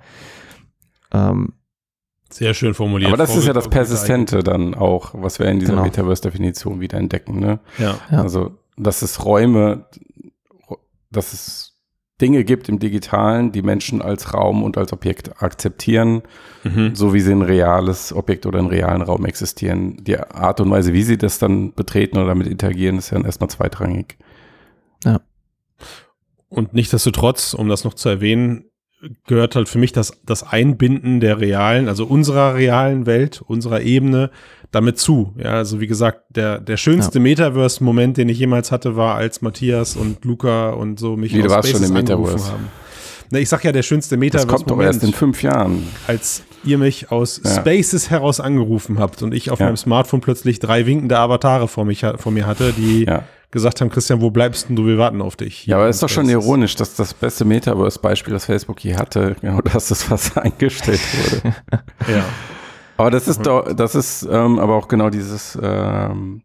Ja. Ähm, Sehr schön formuliert. Aber das ist ja das Persistente dann auch, was wir in dieser genau. Metaverse-Definition wieder entdecken. Ne? Ja. Ja. Also, dass es Räume, dass es Dinge gibt im Digitalen, die Menschen als Raum und als Objekt akzeptieren, Mhm. so wie sie ein reales Objekt oder einen realen Raum existieren. Die Art und Weise, wie sie das dann betreten oder damit interagieren, ist ja dann erstmal zweitrangig. Ja. Und nichtsdestotrotz, um das noch zu erwähnen, gehört halt für mich das, das Einbinden der realen, also unserer realen Welt, unserer Ebene damit zu. Ja, also wie gesagt, der, der schönste Ja. Metaverse-Moment, den ich jemals hatte, war, als Matthias und Luca und so mich Wie, du aus warst schon Spaces im angerufen Metaverse. haben. Na, ich sag ja, der schönste Das kommt doch erst in Metaverse-Moment, fünf Jahren. als ihr mich aus Ja. Spaces heraus angerufen habt und ich auf Ja. meinem Smartphone plötzlich drei winkende Avatare vor, mich, vor mir hatte, die Ja. gesagt haben, Christian, wo bleibst denn du? Wir warten auf dich. Ja, aber Hier ist doch schon Spaces. ironisch, dass das beste Metaverse-Beispiel, das Facebook je hatte, genau das ist, was eingestellt wurde. Ja. Aber das ist doch, das ist ähm, aber auch genau dieses ähm,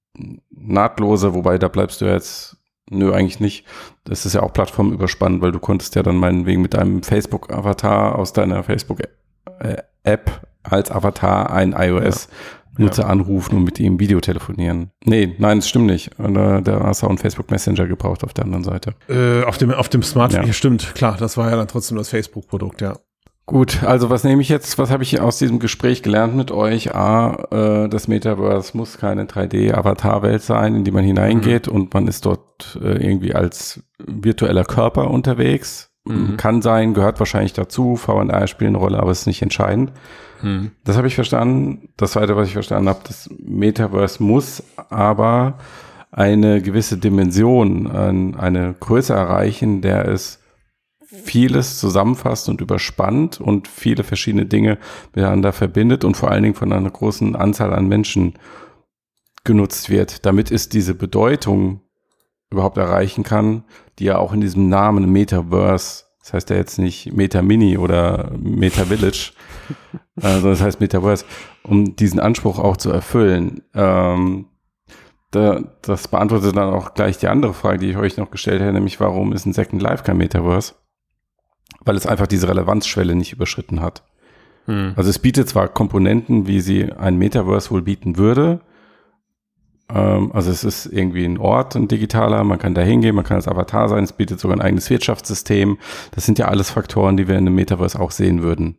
Nahtlose, wobei da bleibst du jetzt, nö, eigentlich nicht. Das ist ja auch plattformüberspannend, weil du konntest ja dann meinetwegen mit deinem Facebook-Avatar aus deiner Facebook-App als Avatar einen iOS-Nutzer Ja. anrufen und mit ihm Video telefonieren. Nee, nein, das stimmt nicht. Und, äh, da hast du auch einen Facebook-Messenger gebraucht auf der anderen Seite. Äh, auf dem, auf dem Smartphone, Ja. ja. Stimmt, klar, das war ja dann trotzdem das Facebook-Produkt, ja. Gut, also was nehme ich jetzt, was habe ich aus diesem Gespräch gelernt mit euch? A, äh, das Metaverse muss keine drei D-Avatar-Welt sein, in die man hineingeht Mhm. und man ist dort äh, irgendwie als virtueller Körper unterwegs. Mhm. Kann sein, gehört wahrscheinlich dazu, V und R spielen eine Rolle, aber es ist nicht entscheidend. Mhm. Das habe ich verstanden. Das Zweite, was ich verstanden habe, das Metaverse muss aber eine gewisse Dimension, äh, eine Größe erreichen, der es vieles zusammenfasst und überspannt und viele verschiedene Dinge miteinander verbindet und vor allen Dingen von einer großen Anzahl an Menschen genutzt wird, damit es diese Bedeutung überhaupt erreichen kann, die ja auch in diesem Namen Metaverse, das heißt ja jetzt nicht Meta Mini oder Meta Village, also das heißt Metaverse, um diesen Anspruch auch zu erfüllen. Ähm, da, das beantwortet dann auch gleich die andere Frage, die ich euch noch gestellt hätte, nämlich warum ist ein Second Life kein Metaverse? Weil es einfach diese Relevanzschwelle nicht überschritten hat. Mhm. Also es bietet zwar Komponenten, wie sie ein Metaverse wohl bieten würde. Ähm, also es ist irgendwie ein Ort, ein digitaler, man kann da hingehen, man kann als Avatar sein, es bietet sogar ein eigenes Wirtschaftssystem. Das sind ja alles Faktoren, die wir in einem Metaverse auch sehen würden.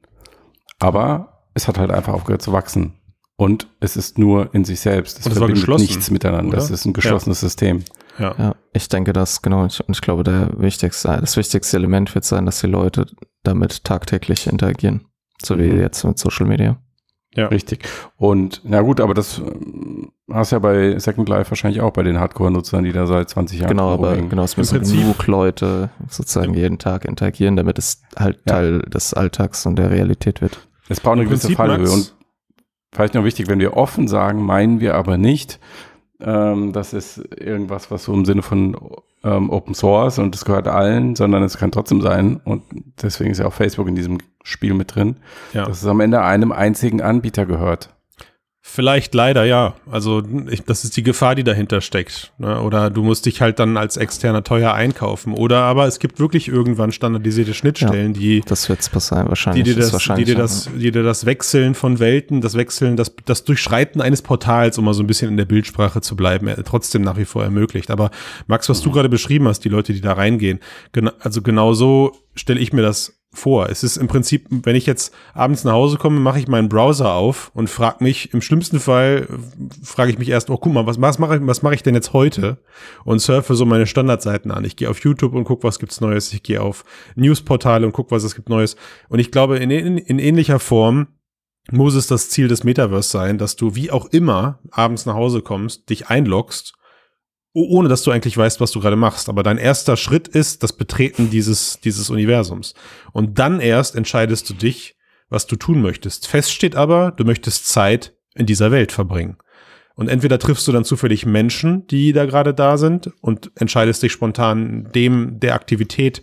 Aber es hat halt einfach aufgehört zu wachsen. Und es ist nur in sich selbst. Es Und es war verbindet geschlossen, nichts miteinander. oder? Es ist ein geschlossenes System. Ja. Ja, ich denke, dass, genau, ich, und ich glaube, der wichtigste, das wichtigste Element wird sein, dass die Leute damit tagtäglich interagieren. So wie Mhm. jetzt mit Social Media. Ja. Richtig. Und na gut, aber das ähm, hast ja bei Second Life wahrscheinlich auch bei den Hardcore-Nutzern, die da seit zwanzig Jahren Genau, aber rumhängen. genau, es müssen Prinzip- genug Leute sozusagen jeden Tag interagieren, damit es halt Ja. Teil des Alltags und der Realität wird. Es braucht eine Im gewisse Prinzip, Fallhöhe. Max- Und vielleicht noch wichtig, wenn wir offen sagen, meinen wir aber nicht, ähm, das ist irgendwas, was so im Sinne von ähm, Open Source und es gehört allen, sondern es kann trotzdem sein, und deswegen ist ja auch Facebook in diesem Spiel mit drin, Ja. dass es am Ende einem einzigen Anbieter gehört. Vielleicht leider, ja. Also ich, das ist die Gefahr, die dahinter steckt. Ne? Oder du musst dich halt dann als Externer teuer einkaufen. Oder aber es gibt wirklich irgendwann standardisierte Schnittstellen, die, Das wird es passieren, die, wahrscheinlich. dir ist das, die, wahrscheinlich dir auch, das, die dir das Wechseln von Welten, das Wechseln, das, das Durchschreiten eines Portals, um mal so ein bisschen in der Bildsprache zu bleiben, äh, trotzdem nach wie vor ermöglicht. Aber Max, was du gerade beschrieben hast, die Leute, die da reingehen, gena- also genau so stelle ich mir das vor. Es ist im Prinzip, wenn ich jetzt abends nach Hause komme, mache ich meinen Browser auf und frage mich, im schlimmsten Fall äh, frage ich mich erst, oh guck mal, was, was mache ich, was mache ich denn jetzt heute? Und surfe so meine Standardseiten an. Ich gehe auf YouTube und gucke, was gibt's Neues. Ich gehe auf Newsportale und gucke, was es gibt Neues. Und ich glaube, in, in, in ähnlicher Form muss es das Ziel des Metaverse sein, dass du wie auch immer abends nach Hause kommst, dich einloggst, ohne dass du eigentlich weißt, was du gerade machst. Aber dein erster Schritt ist das Betreten dieses, dieses Universums. Und dann erst entscheidest du dich, was du tun möchtest. Fest steht aber, du möchtest Zeit in dieser Welt verbringen. Und entweder triffst du dann zufällig Menschen, die da gerade da sind, und entscheidest dich spontan dem der Aktivität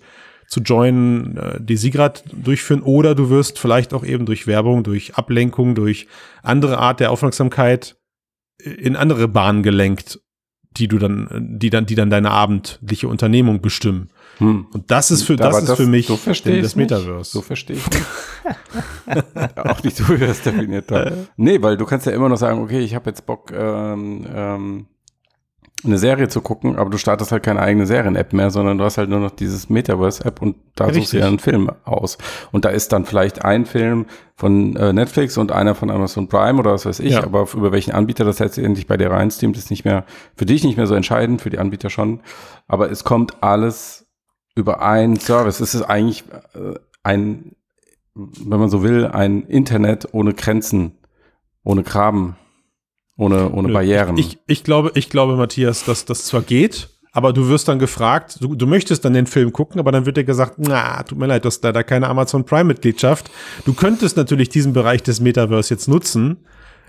zu joinen, äh, die sie gerade durchführen, oder du wirst vielleicht auch eben durch Werbung, durch Ablenkung, durch andere Art der Aufmerksamkeit in andere Bahnen gelenkt, die du dann, die dann, die dann deine abendliche Unternehmung bestimmen. Hm. Und das ist für, das Aber ist das, für mich so verstehe das nicht. Metaverse. So verstehe ich nicht. Auch nicht so, wie das definiert hat. Nee, weil du kannst ja immer noch sagen, okay, ich habe jetzt Bock, ähm, ähm, eine Serie zu gucken, aber du startest halt keine eigene Serien-App mehr, sondern du hast halt nur noch dieses Metaverse-App und da Richtig. suchst du ja einen Film aus. Und da ist dann vielleicht ein Film von äh, Netflix und einer von Amazon Prime oder was weiß ich, Ja. aber über welchen Anbieter das letztendlich bei dir reinstreamt, ist nicht mehr, für dich nicht mehr so entscheidend, für die Anbieter schon. Aber es kommt alles über einen Service. Es ist eigentlich äh, ein, wenn man so will, ein Internet ohne Grenzen, ohne Graben. Ohne, ohne Barrieren. Ich, ich, glaube, ich glaube, Matthias, dass das zwar geht, aber du wirst dann gefragt, du, du möchtest dann den Film gucken, aber dann wird dir gesagt, na, tut mir leid, du hast leider keine Amazon Prime-Mitgliedschaft. Du könntest natürlich diesen Bereich des Metaverse jetzt nutzen,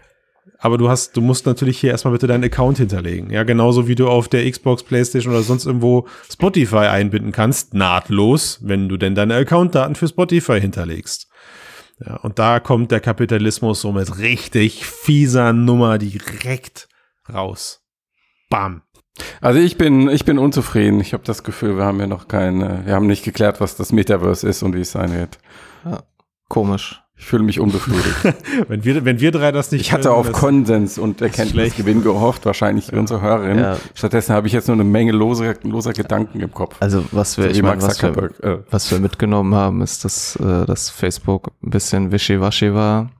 aber du hast, du musst natürlich hier erstmal bitte deinen Account hinterlegen. Ja, genauso wie du auf der Xbox, PlayStation oder sonst irgendwo Spotify einbinden kannst, nahtlos, wenn du denn deine Accountdaten für Spotify hinterlegst. Ja, und da kommt der Kapitalismus so mit richtig fieser Nummer direkt raus. Bam. Also ich bin, ich bin unzufrieden. Ich habe das Gefühl, wir haben ja noch keine, wir haben nicht geklärt, was das Metaverse ist und wie es sein wird. Ja, komisch. Ich fühle mich unbefriedigt. wenn wir, wenn wir drei das nicht Ich hatte können, auf das- Konsens und Erkenntnisgewinn gehofft, wahrscheinlich unsere Hörerin. Ja. Stattdessen habe ich jetzt nur eine Menge loser, loser Gedanken im Kopf. Also was wir, So ich wie meine, Mark was wir, Zuckerberg. Äh, was wir mitgenommen haben, ist, dass, äh, dass Facebook ein bisschen wischiwaschi war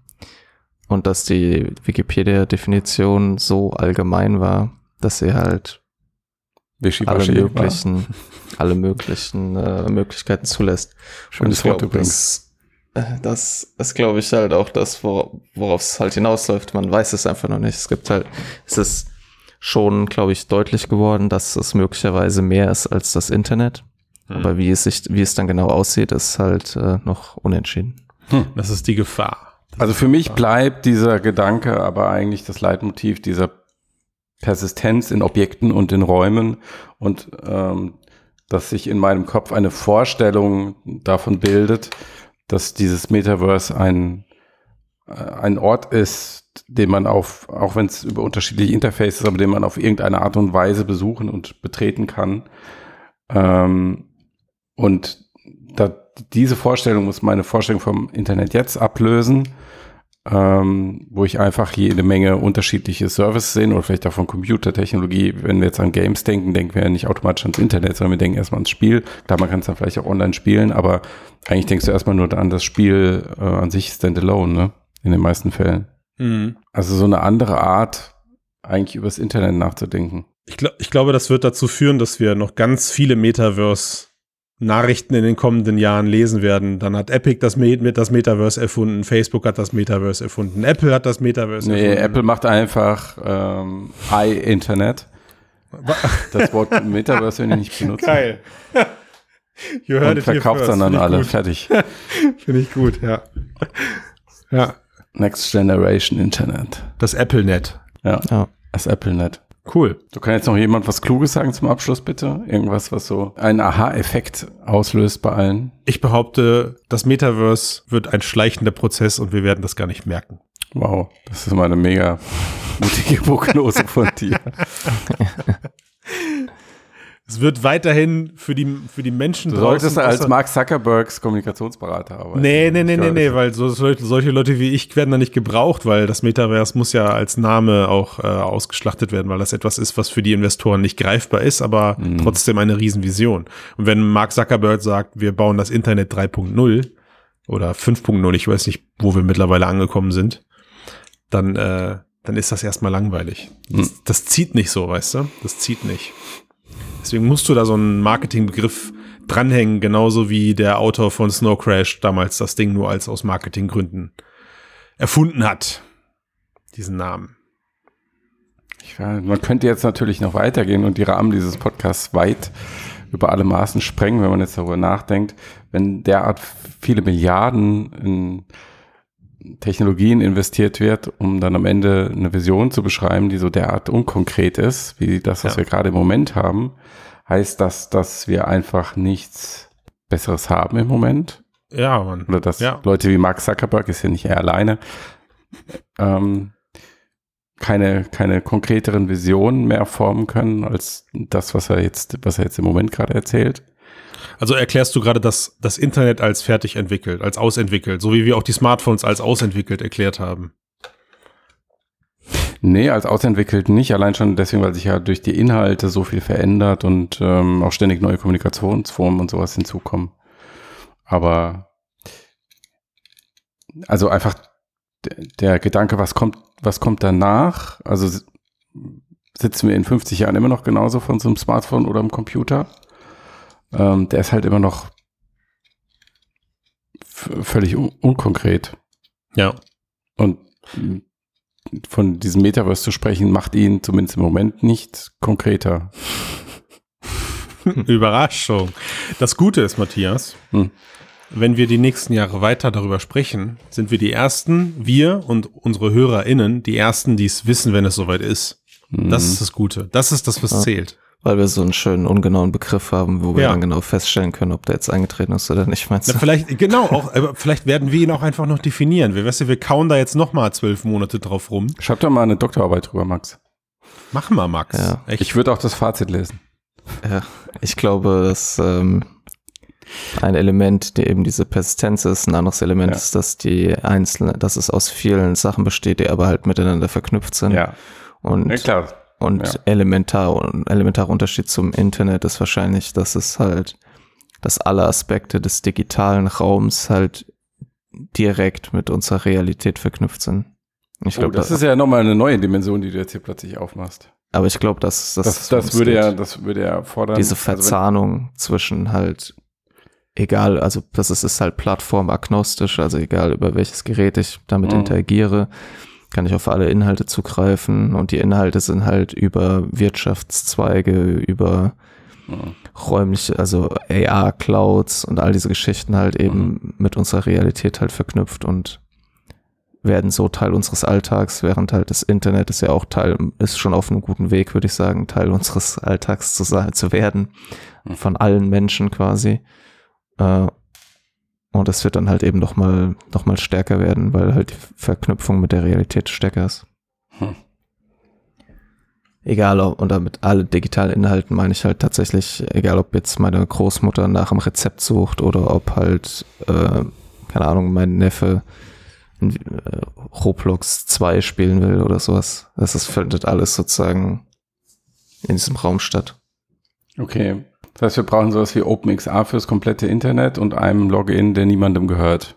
und dass die Wikipedia-Definition so allgemein war, dass sie halt alle Wischiwaschi war. möglichen, alle möglichen äh, Möglichkeiten zulässt. Schönes ich glaub, Wort übrigens. das, äh, das ist, glaube ich, halt auch das, wor- worauf es halt hinausläuft. Man weiß es einfach noch nicht. Es gibt halt, es ist schon, glaube ich, deutlich geworden, dass es möglicherweise mehr ist als das Internet. Hm. Aber wie es sich, wie es dann genau aussieht, ist halt äh, noch unentschieden. Das ist die Gefahr. Das Also ist für die mich Gefahr. bleibt dieser Gedanke aber eigentlich das Leitmotiv dieser Persistenz in Objekten und in Räumen und ähm, dass sich in meinem Kopf eine Vorstellung davon bildet, dass dieses Metaverse ein, äh, ein Ort ist, den man auf, auch wenn es über unterschiedliche Interfaces, aber den man auf irgendeine Art und Weise besuchen und betreten kann. Ähm, und da, diese Vorstellung muss meine Vorstellung vom Internet jetzt ablösen, ähm, wo ich einfach jede Menge unterschiedliche Services sehe oder vielleicht auch von Computertechnologie. Wenn wir jetzt an Games denken, denken wir ja nicht automatisch ans Internet, sondern wir denken erstmal ans Spiel. Klar, man kann es dann vielleicht auch online spielen, aber eigentlich denkst du erstmal nur an das Spiel äh, an sich standalone, ne? In den meisten Fällen. Mhm. Also so eine andere Art, eigentlich übers Internet nachzudenken. Ich, glaub, ich glaube, das wird dazu führen, dass wir noch ganz viele Metaverse-Nachrichten in den kommenden Jahren lesen werden. Dann hat Epic das, Met das Metaverse erfunden, Facebook hat das Metaverse erfunden, Apple hat das Metaverse Nee, erfunden. Apple macht einfach ähm, i-Internet. Das Wort Metaverse will ich nicht benutzen. Geil. You heard Und it here verkauft first. dann an Finde ich alle. gut. Fertig. Finde ich gut, ja. Ja, Next Generation Internet. das AppleNet. Ja, Ja. das AppleNet. Cool. Du kann jetzt noch jemand was Kluges sagen zum Abschluss, bitte? Irgendwas, was so einen Aha-Effekt auslöst bei allen? Ich behaupte, das Metaverse wird ein schleichender Prozess und wir werden das gar nicht merken. Wow, das ist mal eine mega mutige Prognose von dir. Es wird weiterhin für die, für die Menschen Du solltest draußen als außer- Mark Zuckerbergs Kommunikationsberater arbeiten. Nee, nee, nee, nee, Ich nee, glaube, weil so, solche, solche Leute wie ich werden da nicht gebraucht, weil das Metaverse muss ja als Name auch äh, ausgeschlachtet werden, weil das etwas ist, was für die Investoren nicht greifbar ist, aber Mhm. trotzdem eine Riesenvision. Und wenn Mark Zuckerberg sagt, wir bauen das Internet drei Punkt null oder fünf Punkt null, ich weiß nicht, wo wir mittlerweile angekommen sind, dann, äh, dann ist das erstmal langweilig. Das, Mhm. das zieht nicht so, weißt du? Das zieht nicht. Deswegen musst du da so einen Marketingbegriff dranhängen, genauso wie der Autor von Snow Crash damals das Ding nur als aus Marketinggründen erfunden hat. Diesen Namen. Ich, ja, man könnte jetzt natürlich noch weitergehen und die Rahmen dieses Podcasts weit über alle Maßen sprengen, wenn man jetzt darüber nachdenkt, wenn derart viele Milliarden in Technologien investiert wird, um dann am Ende eine Vision zu beschreiben, die so derart unkonkret ist, wie das, was Ja. wir gerade im Moment haben, heißt das, dass wir einfach nichts Besseres haben im Moment. Ja, Mann. Oder dass ja. Leute wie Mark Zuckerberg, ist ja nicht er alleine, ähm, keine, keine konkreteren Visionen mehr formen können als das, was er jetzt, was er jetzt im Moment gerade erzählt. Also erklärst du gerade das, das Internet als fertig entwickelt, als ausentwickelt, so wie wir auch die Smartphones als ausentwickelt erklärt haben? Nee, als ausentwickelt nicht. Allein schon deswegen, weil sich ja durch die Inhalte so viel verändert und ähm, auch ständig neue Kommunikationsformen und sowas hinzukommen. Aber also einfach der, der Gedanke, was kommt, was kommt danach? Also sitzen wir in fünfzig Jahren immer noch genauso von so einem Smartphone oder einem Computer? Ähm, der ist halt immer noch f- völlig un- unkonkret. Ja. Und von diesem Metaverse zu sprechen, macht ihn zumindest im Moment nicht konkreter. Überraschung. Das Gute ist, Matthias, Hm. wenn wir die nächsten Jahre weiter darüber sprechen, sind wir die Ersten, wir und unsere HörerInnen, die Ersten, die es wissen, wenn es soweit ist. Hm. Das ist das Gute. Das ist das, was Ja. zählt. Weil wir so einen schönen, ungenauen Begriff haben, wo wir Ja. dann genau feststellen können, ob der jetzt eingetreten ist oder nicht, meinst du? Na, vielleicht, genau, auch, aber vielleicht werden wir ihn auch einfach noch definieren. Wir, weißt du, wir kauen da jetzt noch mal zwölf Monate drauf rum. Schreib doch mal eine Doktorarbeit drüber, Max. Machen wir, Max. Ja. Echt. Ich würde auch das Fazit lesen. Ja, ich glaube, dass ähm, ein Element, der eben diese Persistenz ist, ein anderes Element Ja. ist, dass die einzelnen, dass es aus vielen Sachen besteht, die aber halt miteinander verknüpft sind. Ja, Und, ja klar. und Ja. elementar, ein elementarer Unterschied zum Internet ist wahrscheinlich, dass es halt, dass alle Aspekte des digitalen Raums halt direkt mit unserer Realität verknüpft sind. Ich Oh, glaube, das ist ja nochmal eine neue Dimension, die du jetzt hier plötzlich aufmachst. aber ich glaube, dass das, Das, das, würde ja, das würde ja fordern. diese also wenn- Verzahnung zwischen halt egal, also das ist, ist halt plattformagnostisch, also egal über welches Gerät ich damit Mhm. interagiere, kann ich auf alle Inhalte zugreifen und die Inhalte sind halt über Wirtschaftszweige, über Mhm. räumliche, also A R-Clouds und all diese Geschichten halt eben mit unserer Realität halt verknüpft und werden so Teil unseres Alltags, während halt das Internet ist ja auch Teil, ist schon auf einem guten Weg, würde ich sagen, Teil unseres Alltags zu sein, zu werden, Mhm. von allen Menschen quasi. Äh, und das wird dann halt eben noch mal, noch mal stärker werden, weil halt die Verknüpfung mit der Realität stärker ist. Hm. Egal, ob, und damit alle digitalen Inhalten meine ich halt tatsächlich, egal ob jetzt meine Großmutter nach einem Rezept sucht oder ob halt, äh, keine Ahnung, mein Neffe in, äh, Roblox zwei spielen will oder sowas. Das ist, findet alles sozusagen in diesem Raum statt. Okay. Das heißt, wir brauchen sowas wie OpenXR fürs komplette Internet und einem Login, der niemandem gehört.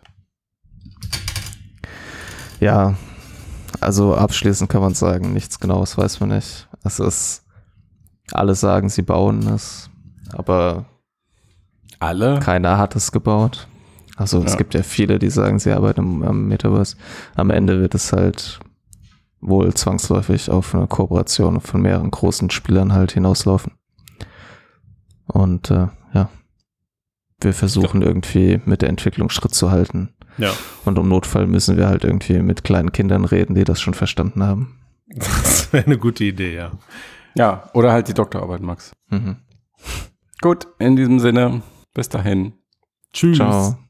Ja, also abschließend kann man sagen, nichts Genaues weiß man nicht. Es ist, alle sagen, sie bauen es, aber Alle? keiner hat es gebaut. Also es Ja. gibt ja viele, die sagen, sie arbeiten am, am Metaverse. Am Ende wird es halt wohl zwangsläufig auf eine Kooperation von mehreren großen Spielern halt hinauslaufen. Und äh, ja, wir versuchen irgendwie mit der Entwicklung Schritt zu halten. Ja. Und im Notfall müssen wir halt irgendwie mit kleinen Kindern reden, die das schon verstanden haben. Das wäre eine gute Idee, ja. Ja, oder halt die Doktorarbeit, Max. Mhm. Gut, in diesem Sinne, bis dahin. Tschüss. Ciao.